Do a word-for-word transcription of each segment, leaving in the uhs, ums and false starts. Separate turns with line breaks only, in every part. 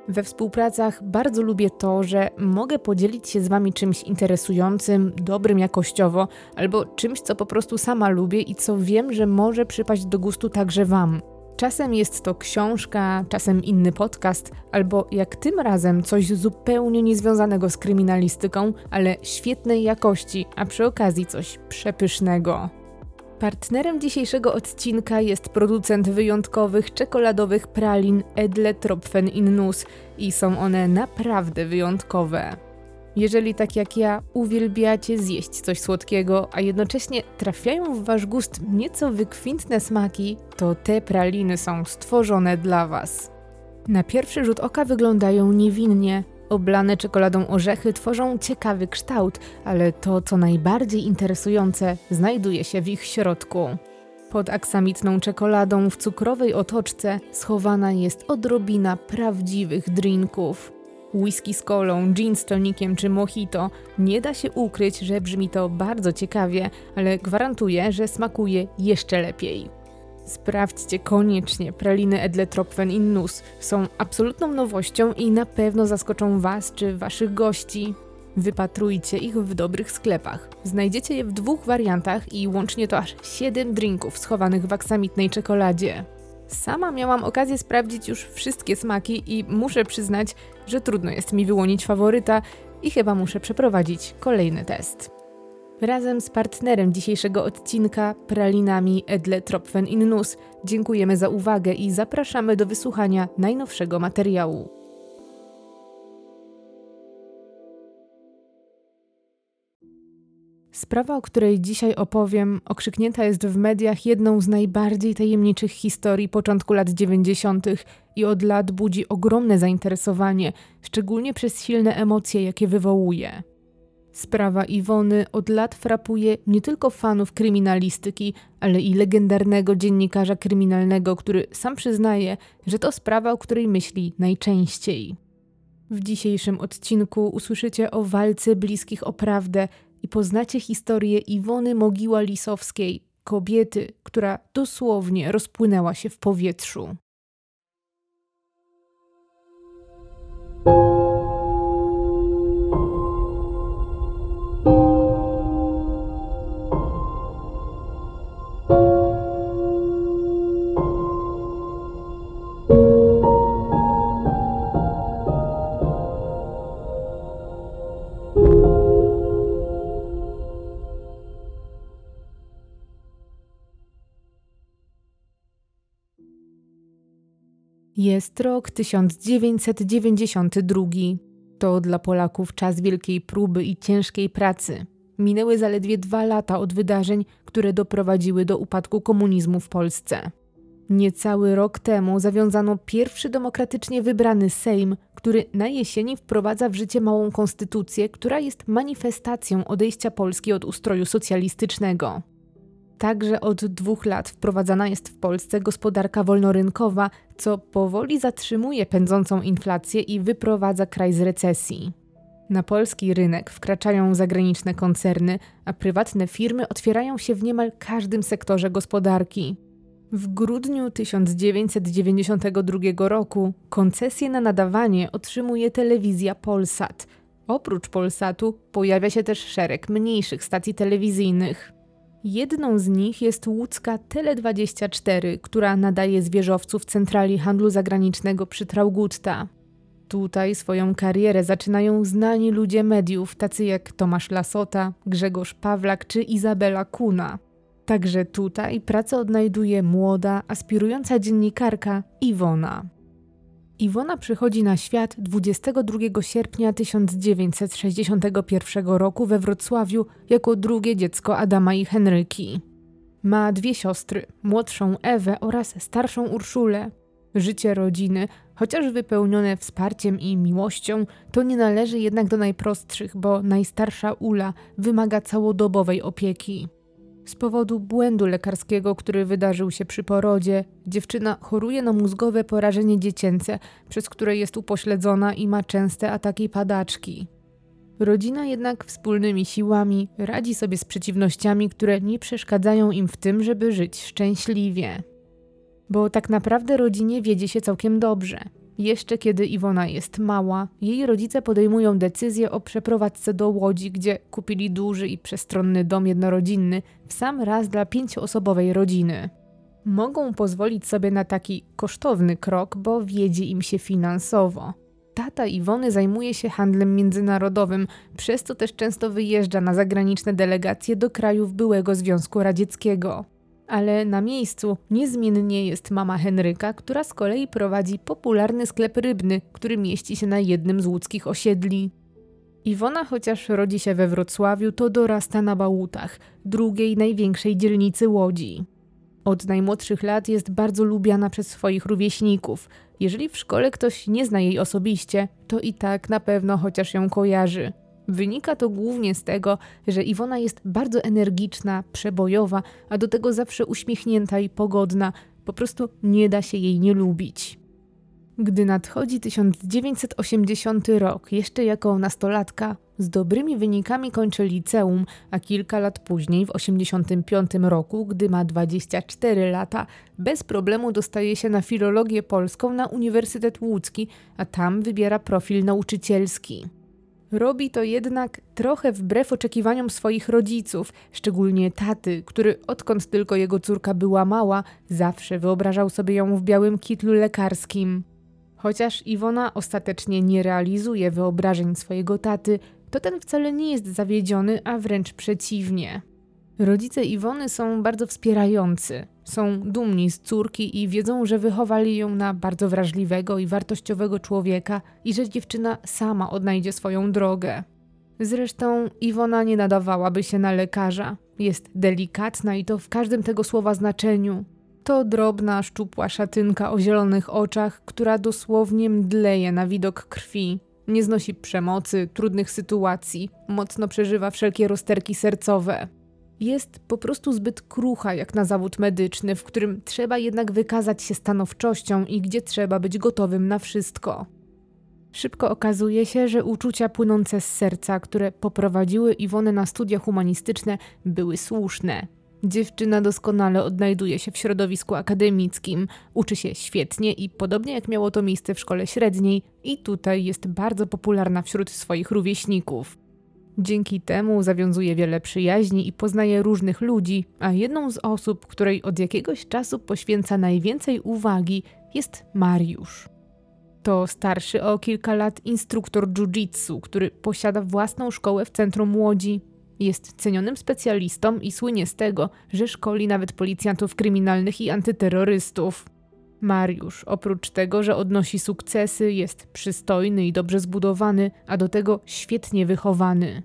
We współpracach bardzo lubię to, że mogę podzielić się z Wami czymś interesującym, dobrym jakościowo, albo czymś, co po prostu sama lubię i co wiem, że może przypaść do gustu także Wam. Czasem jest to książka, czasem inny podcast, albo jak tym razem coś zupełnie niezwiązanego z kryminalistyką, ale świetnej jakości, a przy okazji coś przepysznego. Partnerem dzisiejszego odcinka jest producent wyjątkowych czekoladowych pralin Edle Tropfen in Nuss i są one naprawdę wyjątkowe. Jeżeli tak jak ja uwielbiacie zjeść coś słodkiego, a jednocześnie trafiają w wasz gust nieco wykwintne smaki, to te praliny są stworzone dla was. Na pierwszy rzut oka wyglądają niewinnie. Oblane czekoladą orzechy tworzą ciekawy kształt, ale to, co najbardziej interesujące, znajduje się w ich środku. Pod aksamitną czekoladą w cukrowej otoczce schowana jest odrobina prawdziwych drinków. Whisky z kolą, gin z tonikiem czy mojito. Nie da się ukryć, że brzmi to bardzo ciekawie, ale gwarantuję, że smakuje jeszcze lepiej. Sprawdźcie koniecznie praliny Edle Tropfen in Nuss. Są absolutną nowością i na pewno zaskoczą Was czy Waszych gości. Wypatrujcie ich w dobrych sklepach. Znajdziecie je w dwóch wariantach i łącznie to aż siedem drinków schowanych w aksamitnej czekoladzie. Sama miałam okazję sprawdzić już wszystkie smaki i muszę przyznać, że trudno jest mi wyłonić faworyta i chyba muszę przeprowadzić kolejny test. Razem z partnerem dzisiejszego odcinka, pralinami Edle Tropfen in Nuss, dziękujemy za uwagę i zapraszamy do wysłuchania najnowszego materiału. Sprawa, o której dzisiaj opowiem, okrzyknięta jest w mediach jedną z najbardziej tajemniczych historii początku lat dziewięćdziesiątych i od lat budzi ogromne zainteresowanie, szczególnie przez silne emocje, jakie wywołuje. Sprawa Iwony od lat frapuje nie tylko fanów kryminalistyki, ale i legendarnego dziennikarza kryminalnego, który sam przyznaje, że to sprawa, o której myśli najczęściej. W dzisiejszym odcinku usłyszycie o walce bliskich o prawdę i poznacie historię Iwony Mogiła-Lisowskiej, kobiety, która dosłownie rozpłynęła się w powietrzu. Jest rok tysiąc dziewięćset dziewięćdziesiąty drugi. To dla Polaków czas wielkiej próby i ciężkiej pracy. Minęły zaledwie dwa lata od wydarzeń, które doprowadziły do upadku komunizmu w Polsce. Niecały rok temu zawiązano pierwszy demokratycznie wybrany Sejm, który na jesieni wprowadza w życie małą konstytucję, która jest manifestacją odejścia Polski od ustroju socjalistycznego. Także od dwóch lat wprowadzana jest w Polsce gospodarka wolnorynkowa, co powoli zatrzymuje pędzącą inflację i wyprowadza kraj z recesji. Na polski rynek wkraczają zagraniczne koncerny, a prywatne firmy otwierają się w niemal każdym sektorze gospodarki. W grudniu tysiąc dziewięćset dziewięćdziesiątego drugiego roku koncesję na nadawanie otrzymuje telewizja Polsat. Oprócz Polsatu pojawia się też szereg mniejszych stacji telewizyjnych. Jedną z nich jest łódzka Tele dwadzieścia cztery, która nadaje z wieżowców centrali handlu zagranicznego przy Traugutta. Tutaj swoją karierę zaczynają znani ludzie mediów, tacy jak Tomasz Lassota, Grzegorz Pawlak czy Izabela Kuna. Także tutaj pracę odnajduje młoda, aspirująca dziennikarka Iwona. Iwona przychodzi na świat dwudziestego drugiego sierpnia tysiąc dziewięćset sześćdziesiątego pierwszego roku we Wrocławiu jako drugie dziecko Adama i Henryki. Ma dwie siostry, młodszą Ewę oraz starszą Urszulę. Życie rodziny, chociaż wypełnione wsparciem i miłością, to nie należy jednak do najprostszych, bo najstarsza Ula wymaga całodobowej opieki. Z powodu błędu lekarskiego, który wydarzył się przy porodzie, dziewczyna choruje na mózgowe porażenie dziecięce, przez które jest upośledzona i ma częste ataki padaczki. Rodzina jednak wspólnymi siłami radzi sobie z przeciwnościami, które nie przeszkadzają im w tym, żeby żyć szczęśliwie. Bo tak naprawdę rodzinie wiedzie się całkiem dobrze. Jeszcze kiedy Iwona jest mała, jej rodzice podejmują decyzję o przeprowadzce do Łodzi, gdzie kupili duży i przestronny dom jednorodzinny w sam raz dla pięcioosobowej rodziny. Mogą pozwolić sobie na taki kosztowny krok, bo wiedzie im się finansowo. Tata Iwony zajmuje się handlem międzynarodowym, przez co też często wyjeżdża na zagraniczne delegacje do krajów byłego Związku Radzieckiego. Ale na miejscu niezmiennie jest mama Henryka, która z kolei prowadzi popularny sklep rybny, który mieści się na jednym z łódzkich osiedli. Iwona, chociaż rodzi się we Wrocławiu, to dorasta na Bałutach, drugiej największej dzielnicy Łodzi. Od najmłodszych lat jest bardzo lubiana przez swoich rówieśników. Jeżeli w szkole ktoś nie zna jej osobiście, to i tak na pewno chociaż ją kojarzy. Wynika to głównie z tego, że Iwona jest bardzo energiczna, przebojowa, a do tego zawsze uśmiechnięta i pogodna. Po prostu nie da się jej nie lubić. Gdy nadchodzi tysiąc dziewięćset osiemdziesiąty rok, jeszcze jako nastolatka, z dobrymi wynikami kończy liceum, a kilka lat później, w osiemdziesiątym piątym roku, gdy ma dwadzieścia cztery lata, bez problemu dostaje się na filologię polską na Uniwersytet Łódzki, a tam wybiera profil nauczycielski. Robi to jednak trochę wbrew oczekiwaniom swoich rodziców, szczególnie taty, który odkąd tylko jego córka była mała, zawsze wyobrażał sobie ją w białym kitlu lekarskim. Chociaż Iwona ostatecznie nie realizuje wyobrażeń swojego taty, to ten wcale nie jest zawiedziony, a wręcz przeciwnie. Rodzice Iwony są bardzo wspierający, są dumni z córki i wiedzą, że wychowali ją na bardzo wrażliwego i wartościowego człowieka i że dziewczyna sama odnajdzie swoją drogę. Zresztą Iwona nie nadawałaby się na lekarza. Jest delikatna i to w każdym tego słowa znaczeniu. To drobna, szczupła szatynka o zielonych oczach, która dosłownie mdleje na widok krwi. Nie znosi przemocy, trudnych sytuacji, mocno przeżywa wszelkie rozterki sercowe. Jest po prostu zbyt krucha jak na zawód medyczny, w którym trzeba jednak wykazać się stanowczością i gdzie trzeba być gotowym na wszystko. Szybko okazuje się, że uczucia płynące z serca, które poprowadziły Iwonę na studia humanistyczne, były słuszne. Dziewczyna doskonale odnajduje się w środowisku akademickim, uczy się świetnie i podobnie jak miało to miejsce w szkole średniej, i tutaj jest bardzo popularna wśród swoich rówieśników. Dzięki temu zawiązuje wiele przyjaźni i poznaje różnych ludzi, a jedną z osób, której od jakiegoś czasu poświęca najwięcej uwagi, jest Mariusz. To starszy o kilka lat instruktor jiu-jitsu, który posiada własną szkołę w centrum Łodzi. Jest cenionym specjalistą i słynie z tego, że szkoli nawet policjantów kryminalnych i antyterrorystów. Mariusz, oprócz tego, że odnosi sukcesy, jest przystojny i dobrze zbudowany, a do tego świetnie wychowany.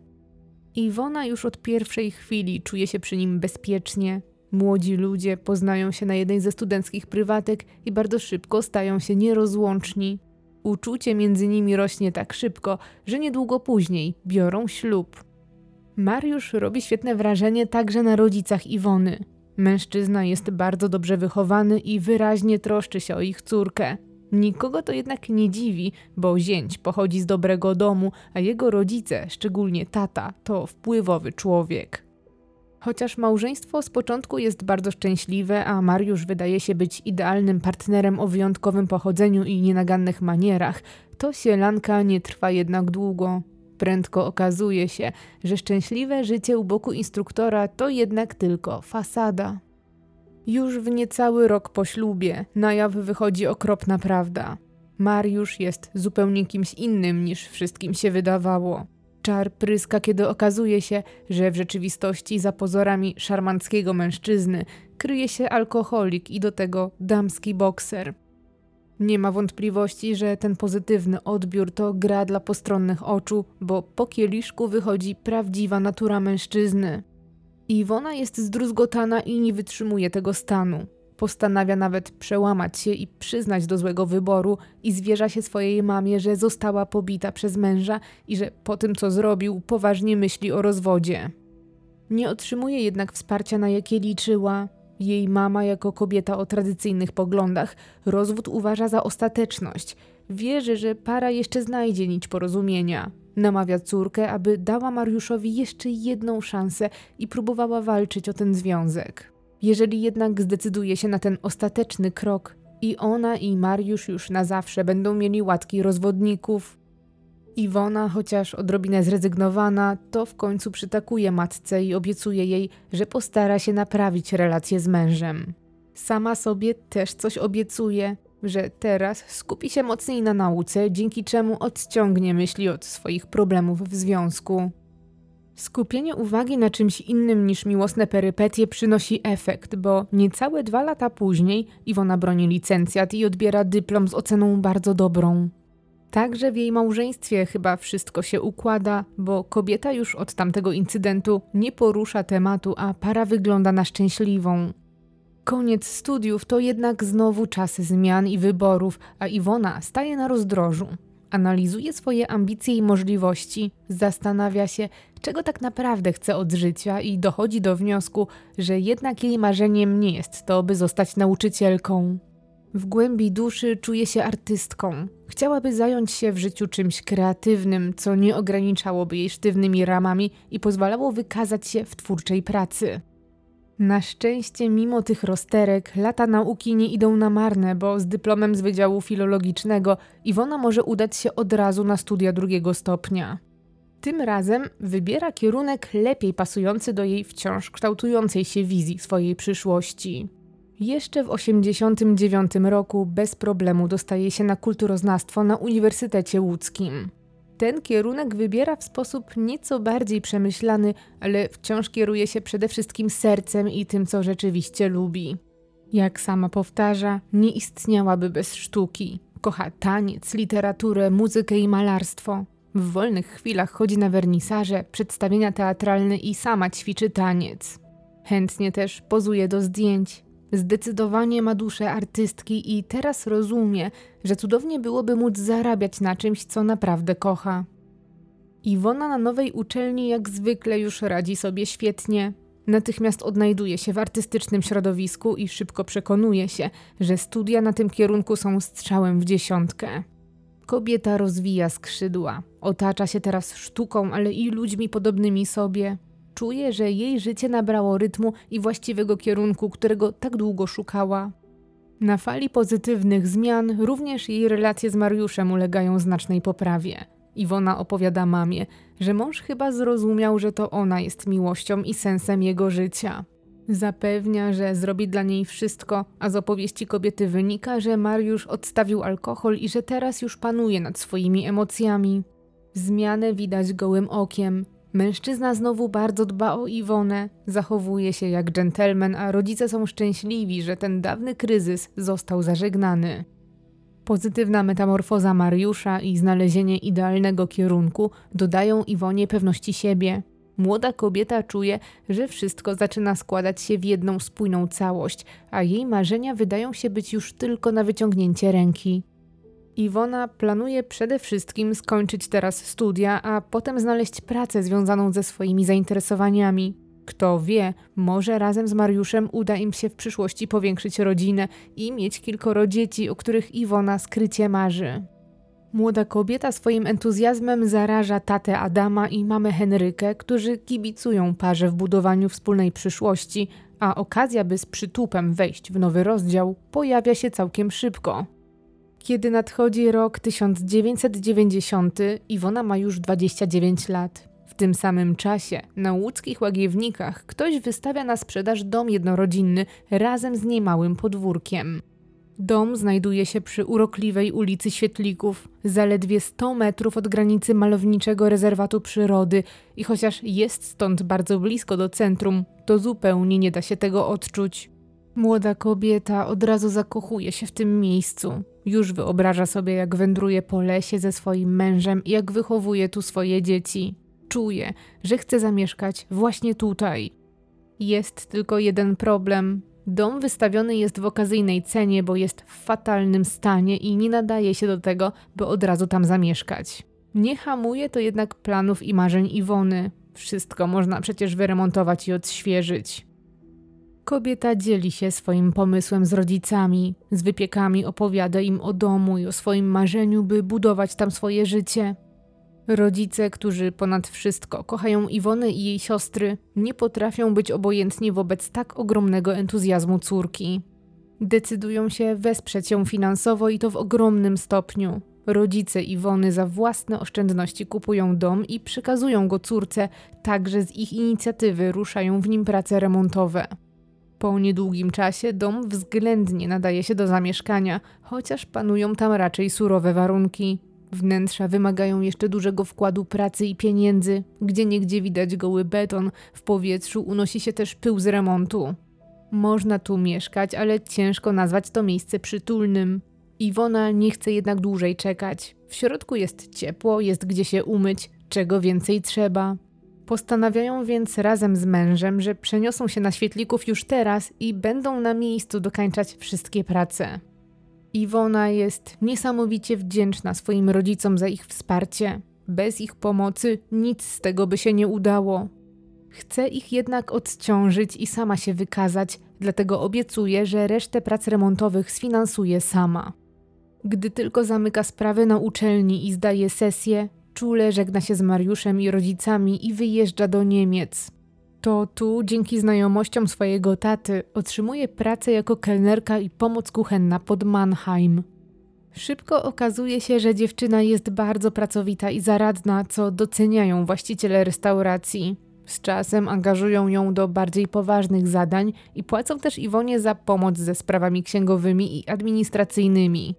Iwona już od pierwszej chwili czuje się przy nim bezpiecznie. Młodzi ludzie poznają się na jednej ze studenckich prywatek i bardzo szybko stają się nierozłączni. Uczucie między nimi rośnie tak szybko, że niedługo później biorą ślub. Mariusz robi świetne wrażenie także na rodzicach Iwony. Mężczyzna jest bardzo dobrze wychowany i wyraźnie troszczy się o ich córkę. Nikogo to jednak nie dziwi, bo zięć pochodzi z dobrego domu, a jego rodzice, szczególnie tata, to wpływowy człowiek. Chociaż małżeństwo z początku jest bardzo szczęśliwe, a Mariusz wydaje się być idealnym partnerem o wyjątkowym pochodzeniu i nienagannych manierach, to sielanka nie trwa jednak długo. Prędko okazuje się, że szczęśliwe życie u boku instruktora to jednak tylko fasada. Już w niecały rok po ślubie na jaw wychodzi okropna prawda. Mariusz jest zupełnie kimś innym niż wszystkim się wydawało. Czar pryska, kiedy okazuje się, że w rzeczywistości za pozorami szarmanckiego mężczyzny kryje się alkoholik i do tego damski bokser. Nie ma wątpliwości, że ten pozytywny odbiór to gra dla postronnych oczu, bo po kieliszku wychodzi prawdziwa natura mężczyzny. Iwona jest zdruzgotana i nie wytrzymuje tego stanu. Postanawia nawet przełamać się i przyznać do złego wyboru i zwierza się swojej mamie, że została pobita przez męża i że po tym, co zrobił, poważnie myśli o rozwodzie. Nie otrzymuje jednak wsparcia, na jakie liczyła. Jej mama, jako kobieta o tradycyjnych poglądach, rozwód uważa za ostateczność. Wierzy, że para jeszcze znajdzie nić porozumienia. Namawia córkę, aby dała Mariuszowi jeszcze jedną szansę i próbowała walczyć o ten związek. Jeżeli jednak zdecyduje się na ten ostateczny krok, I ona i Mariusz już na zawsze będą mieli łatki rozwodników. Iwona, chociaż odrobinę zrezygnowana, to w końcu przytakuje matce i obiecuje jej, że postara się naprawić relację z mężem. Sama sobie też coś obiecuje, że teraz skupi się mocniej na nauce, dzięki czemu odciągnie myśli od swoich problemów w związku. Skupienie uwagi na czymś innym niż miłosne perypetie przynosi efekt, bo niecałe dwa lata później Iwona broni licencjat i odbiera dyplom z oceną bardzo dobrą. Także w jej małżeństwie chyba wszystko się układa, bo kobieta już od tamtego incydentu nie porusza tematu, a para wygląda na szczęśliwą. Koniec studiów to jednak znowu czas zmian i wyborów, a Iwona staje na rozdrożu. Analizuje swoje ambicje i możliwości, zastanawia się, czego tak naprawdę chce od życia i dochodzi do wniosku, że jednak jej marzeniem nie jest to, by zostać nauczycielką. W głębi duszy czuje się artystką. Chciałaby zająć się w życiu czymś kreatywnym, co nie ograniczałoby jej sztywnymi ramami i pozwalało wykazać się w twórczej pracy. Na szczęście mimo tych rozterek lata nauki nie idą na marne, bo z dyplomem z Wydziału Filologicznego Iwona może udać się od razu na studia drugiego stopnia. Tym razem wybiera kierunek lepiej pasujący do jej wciąż kształtującej się wizji swojej przyszłości. Jeszcze w osiemdziesiątym dziewiątym roku bez problemu dostaje się na kulturoznawstwo na Uniwersytecie Łódzkim. Ten kierunek wybiera w sposób nieco bardziej przemyślany, ale wciąż kieruje się przede wszystkim sercem i tym, co rzeczywiście lubi. Jak sama powtarza, nie istniałaby bez sztuki. Kocha taniec, literaturę, muzykę i malarstwo. W wolnych chwilach chodzi na wernisaże, przedstawienia teatralne i sama ćwiczy taniec. Chętnie też pozuje do zdjęć. Zdecydowanie ma duszę artystki i teraz rozumie, że cudownie byłoby móc zarabiać na czymś, co naprawdę kocha. Iwona na nowej uczelni jak zwykle już radzi sobie świetnie. Natychmiast odnajduje się w artystycznym środowisku i szybko przekonuje się, że studia na tym kierunku są strzałem w dziesiątkę. Kobieta rozwija skrzydła, otacza się teraz sztuką, ale i ludźmi podobnymi sobie. Czuje, że jej życie nabrało rytmu i właściwego kierunku, którego tak długo szukała. Na fali pozytywnych zmian również jej relacje z Mariuszem ulegają znacznej poprawie. Iwona opowiada mamie, że mąż chyba zrozumiał, że to ona jest miłością i sensem jego życia. Zapewnia, że zrobi dla niej wszystko, a z opowieści kobiety wynika, że Mariusz odstawił alkohol i że teraz już panuje nad swoimi emocjami. Zmianę widać gołym okiem. Mężczyzna znowu bardzo dba o Iwonę, zachowuje się jak dżentelmen, a rodzice są szczęśliwi, że ten dawny kryzys został zażegnany. Pozytywna metamorfoza Mariusza i znalezienie idealnego kierunku dodają Iwonie pewności siebie. Młoda kobieta czuje, że wszystko zaczyna składać się w jedną spójną całość, a jej marzenia wydają się być już tylko na wyciągnięcie ręki. Iwona planuje przede wszystkim skończyć teraz studia, a potem znaleźć pracę związaną ze swoimi zainteresowaniami. Kto wie, może razem z Mariuszem uda im się w przyszłości powiększyć rodzinę i mieć kilkoro dzieci, o których Iwona skrycie marzy. Młoda kobieta swoim entuzjazmem zaraża tatę Adama i mamę Henrykę, którzy kibicują parze w budowaniu wspólnej przyszłości, a okazja, by z przytupem wejść w nowy rozdział, pojawia się całkiem szybko. Kiedy nadchodzi rok tysiąc dziewięćset dziewięćdziesiąty, Iwona ma już dwadzieścia dziewięć lat. W tym samym czasie na łódzkich Łagiewnikach ktoś wystawia na sprzedaż dom jednorodzinny razem z niemałym podwórkiem. Dom znajduje się przy urokliwej ulicy Świetlików, zaledwie sto metrów od granicy malowniczego rezerwatu przyrody i chociaż jest stąd bardzo blisko do centrum, to zupełnie nie da się tego odczuć. Młoda kobieta od razu zakochuje się w tym miejscu. Już wyobraża sobie, jak wędruje po lesie ze swoim mężem i jak wychowuje tu swoje dzieci. Czuje, że chce zamieszkać właśnie tutaj. Jest tylko jeden problem. Dom wystawiony jest w okazyjnej cenie, bo jest w fatalnym stanie i nie nadaje się do tego, by od razu tam zamieszkać. Nie hamuje to jednak planów i marzeń Iwony. Wszystko można przecież wyremontować i odświeżyć. Kobieta dzieli się swoim pomysłem z rodzicami. Z wypiekami opowiada im o domu i o swoim marzeniu, by budować tam swoje życie. Rodzice, którzy ponad wszystko kochają Iwonę i jej siostry, nie potrafią być obojętni wobec tak ogromnego entuzjazmu córki. Decydują się wesprzeć ją finansowo i to w ogromnym stopniu. Rodzice Iwony za własne oszczędności kupują dom i przekazują go córce, także z ich inicjatywy ruszają w nim prace remontowe. Po niedługim czasie dom względnie nadaje się do zamieszkania, chociaż panują tam raczej surowe warunki. Wnętrza wymagają jeszcze dużego wkładu pracy i pieniędzy, gdzieniegdzie widać goły beton, w powietrzu unosi się też pył z remontu. Można tu mieszkać, ale ciężko nazwać to miejsce przytulnym. Iwona nie chce jednak dłużej czekać. W środku jest ciepło, jest gdzie się umyć, czego więcej trzeba. Postanawiają więc razem z mężem, że przeniosą się na Świetlików już teraz i będą na miejscu dokańczać wszystkie prace. Iwona jest niesamowicie wdzięczna swoim rodzicom za ich wsparcie. Bez ich pomocy nic z tego by się nie udało. Chce ich jednak odciążyć i sama się wykazać, dlatego obiecuje, że resztę prac remontowych sfinansuje sama. Gdy tylko zamyka sprawy na uczelni i zdaje sesję, czule żegna się z Mariuszem i rodzicami i wyjeżdża do Niemiec. To tu, dzięki znajomościom swojego taty, otrzymuje pracę jako kelnerka i pomoc kuchenna pod Mannheim. Szybko okazuje się, że dziewczyna jest bardzo pracowita i zaradna, co doceniają właściciele restauracji. Z czasem angażują ją do bardziej poważnych zadań i płacą też Iwonie za pomoc ze sprawami księgowymi i administracyjnymi.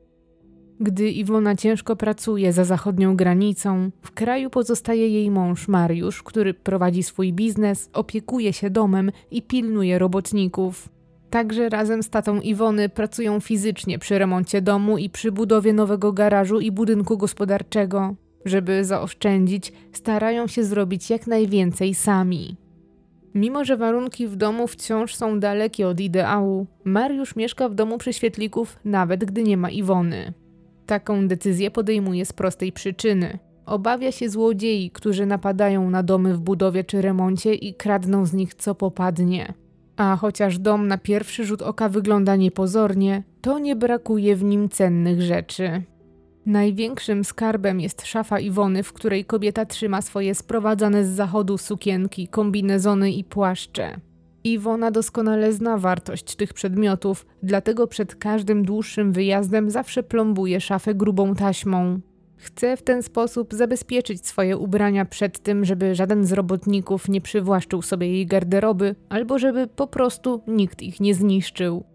Gdy Iwona ciężko pracuje za zachodnią granicą, w kraju pozostaje jej mąż Mariusz, który prowadzi swój biznes, opiekuje się domem i pilnuje robotników. Także razem z tatą Iwony pracują fizycznie przy remoncie domu i przy budowie nowego garażu i budynku gospodarczego. Żeby zaoszczędzić, starają się zrobić jak najwięcej sami. Mimo że warunki w domu wciąż są dalekie od ideału, Mariusz mieszka w domu przy Świetlików, nawet gdy nie ma Iwony. Taką decyzję podejmuje z prostej przyczyny. Obawia się złodziei, którzy napadają na domy w budowie czy remoncie i kradną z nich co popadnie. A chociaż dom na pierwszy rzut oka wygląda niepozornie, to nie brakuje w nim cennych rzeczy. Największym skarbem jest szafa Iwony, w której kobieta trzyma swoje sprowadzane z zachodu sukienki, kombinezony i płaszcze. Iwona doskonale zna wartość tych przedmiotów, dlatego przed każdym dłuższym wyjazdem zawsze plombuje szafę grubą taśmą. Chce w ten sposób zabezpieczyć swoje ubrania przed tym, żeby żaden z robotników nie przywłaszczył sobie jej garderoby, albo żeby po prostu nikt ich nie zniszczył.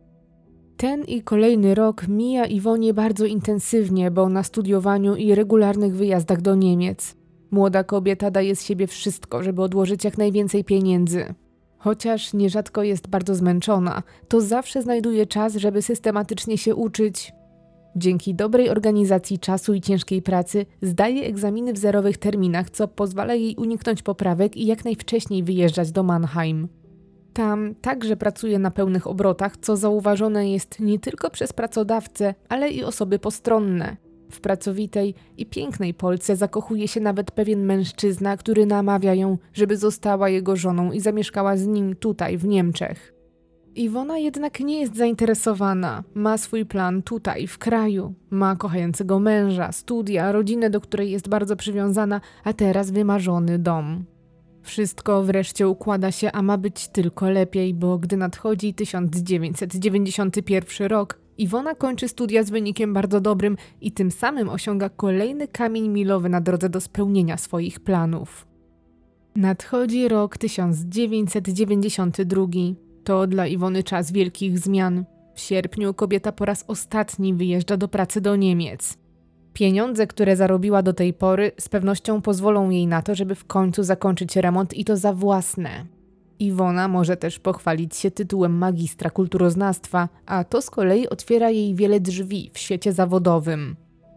Ten i kolejny rok mija Iwonie bardzo intensywnie, bo na studiowaniu i regularnych wyjazdach do Niemiec. Młoda kobieta daje z siebie wszystko, żeby odłożyć jak najwięcej pieniędzy. Chociaż nierzadko jest bardzo zmęczona, to zawsze znajduje czas, żeby systematycznie się uczyć. Dzięki dobrej organizacji czasu i ciężkiej pracy zdaje egzaminy w zerowych terminach, co pozwala jej uniknąć poprawek i jak najwcześniej wyjeżdżać do Mannheim. Tam także pracuje na pełnych obrotach, co zauważone jest nie tylko przez pracodawcę, ale i osoby postronne. W pracowitej i pięknej Polce zakochuje się nawet pewien mężczyzna, który namawia ją, żeby została jego żoną i zamieszkała z nim tutaj, w Niemczech. Iwona jednak nie jest zainteresowana. Ma swój plan tutaj, w kraju. Ma kochającego męża, studia, rodzinę, do której jest bardzo przywiązana, a teraz wymarzony dom. Wszystko wreszcie układa się, a ma być tylko lepiej, bo gdy nadchodzi tysiąc dziewięćset dziewięćdziesiąty pierwszy rok, Iwona kończy studia z wynikiem bardzo dobrym i tym samym osiąga kolejny kamień milowy na drodze do spełnienia swoich planów. Nadchodzi rok tysiąc dziewięćset dziewięćdziesiąty drugi. To dla Iwony czas wielkich zmian. W sierpniu kobieta po raz ostatni wyjeżdża do pracy do Niemiec. Pieniądze, które zarobiła do tej pory, z pewnością pozwolą jej na to, żeby w końcu zakończyć remont i to za własne. Iwona może też pochwalić się tytułem magistra kulturoznawstwa, a to z kolei otwiera jej wiele drzwi w świecie zawodowym.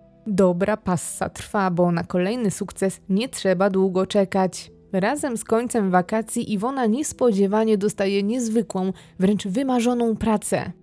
Dobra passa trwa, bo na kolejny sukces nie trzeba długo czekać. Razem z końcem wakacji Iwona niespodziewanie dostaje niezwykłą, wręcz wymarzoną pracę.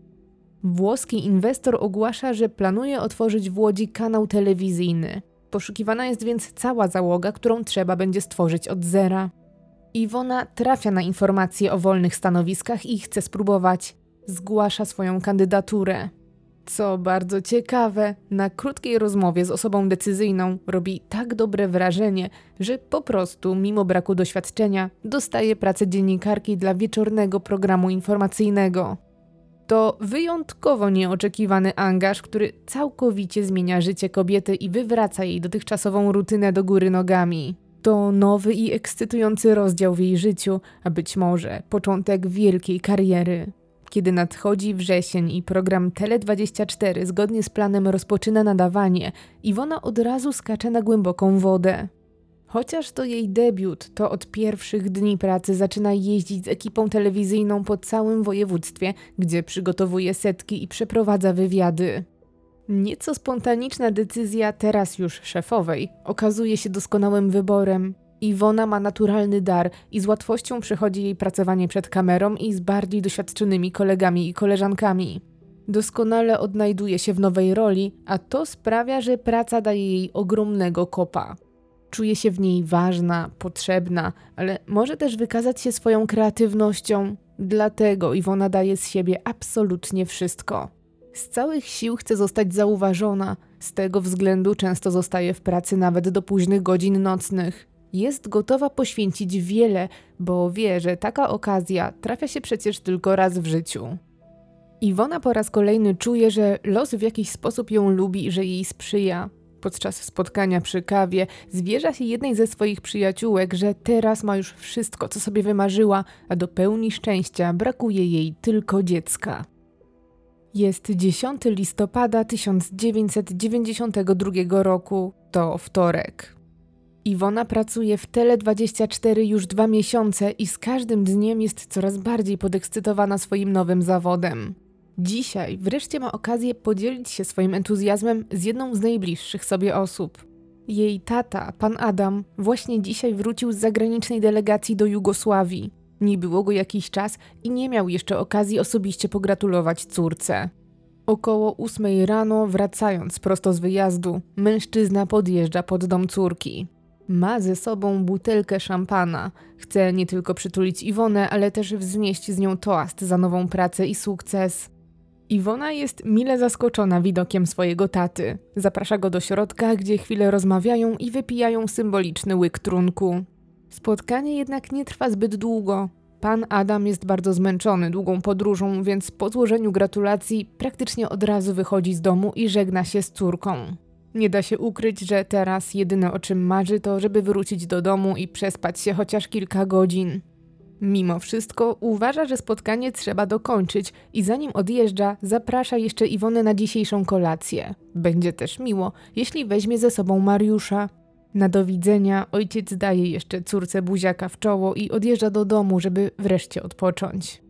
Włoski inwestor ogłasza, że planuje otworzyć w Łodzi kanał telewizyjny. Poszukiwana jest więc cała załoga, którą trzeba będzie stworzyć od zera. Iwona trafia na informacje o wolnych stanowiskach i chce spróbować. Zgłasza swoją kandydaturę. Co bardzo ciekawe, na krótkiej rozmowie z osobą decyzyjną robi tak dobre wrażenie, że po prostu, mimo braku doświadczenia, dostaje pracę dziennikarki dla wieczornego programu informacyjnego. To wyjątkowo nieoczekiwany angaż, który całkowicie zmienia życie kobiety i wywraca jej dotychczasową rutynę do góry nogami. To nowy i ekscytujący rozdział w jej życiu, a być może początek wielkiej kariery. Kiedy nadchodzi wrzesień i program Tele dwadzieścia cztery zgodnie z planem rozpoczyna nadawanie, Iwona od razu skacze na głęboką wodę. Chociaż to jej debiut, to od pierwszych dni pracy zaczyna jeździć z ekipą telewizyjną po całym województwie, gdzie przygotowuje setki i przeprowadza wywiady. Nieco spontaniczna decyzja teraz już szefowej okazuje się doskonałym wyborem. Iwona ma naturalny dar i z łatwością przechodzi jej pracowanie przed kamerą i z bardziej doświadczonymi kolegami i koleżankami. Doskonale odnajduje się w nowej roli, a to sprawia, że praca daje jej ogromnego kopa. Czuje się w niej ważna, potrzebna, ale może też wykazać się swoją kreatywnością. Dlatego Iwona daje z siebie absolutnie wszystko. Z całych sił chce zostać zauważona, z tego względu często zostaje w pracy nawet do późnych godzin nocnych. Jest gotowa poświęcić wiele, bo wie, że taka okazja trafia się przecież tylko raz w życiu. Iwona po raz kolejny czuje, że los w jakiś sposób ją lubi i że jej sprzyja. Podczas spotkania przy kawie zwierza się jednej ze swoich przyjaciółek, że teraz ma już wszystko, co sobie wymarzyła, a do pełni szczęścia brakuje jej tylko dziecka. Jest dziesiątego listopada tysiąc dziewięćset dziewięćdziesiątego drugiego roku. To wtorek. Iwona pracuje w Tele dwadzieścia cztery już dwa miesiące i z każdym dniem jest coraz bardziej podekscytowana swoim nowym zawodem. Dzisiaj wreszcie ma okazję podzielić się swoim entuzjazmem z jedną z najbliższych sobie osób. Jej tata, pan Adam, właśnie dzisiaj wrócił z zagranicznej delegacji do Jugosławii. Nie było go jakiś czas i nie miał jeszcze okazji osobiście pogratulować córce. Około ósmej rano, wracając prosto z wyjazdu, mężczyzna podjeżdża pod dom córki. Ma ze sobą butelkę szampana. Chce nie tylko przytulić Iwonę, ale też wznieść z nią toast za nową pracę i sukces. Iwona jest mile zaskoczona widokiem swojego taty. Zaprasza go do środka, gdzie chwilę rozmawiają i wypijają symboliczny łyk trunku. Spotkanie jednak nie trwa zbyt długo. Pan Adam jest bardzo zmęczony długą podróżą, więc po złożeniu gratulacji praktycznie od razu wychodzi z domu i żegna się z córką. Nie da się ukryć, że teraz jedyne o czym marzy to, żeby wrócić do domu i przespać się chociaż kilka godzin. Mimo wszystko uważa, że spotkanie trzeba dokończyć i zanim odjeżdża, zaprasza jeszcze Iwonę na dzisiejszą kolację. Będzie też miło, jeśli weźmie ze sobą Mariusza. Na do widzenia ojciec daje jeszcze córce buziaka w czoło i odjeżdża do domu, żeby wreszcie odpocząć.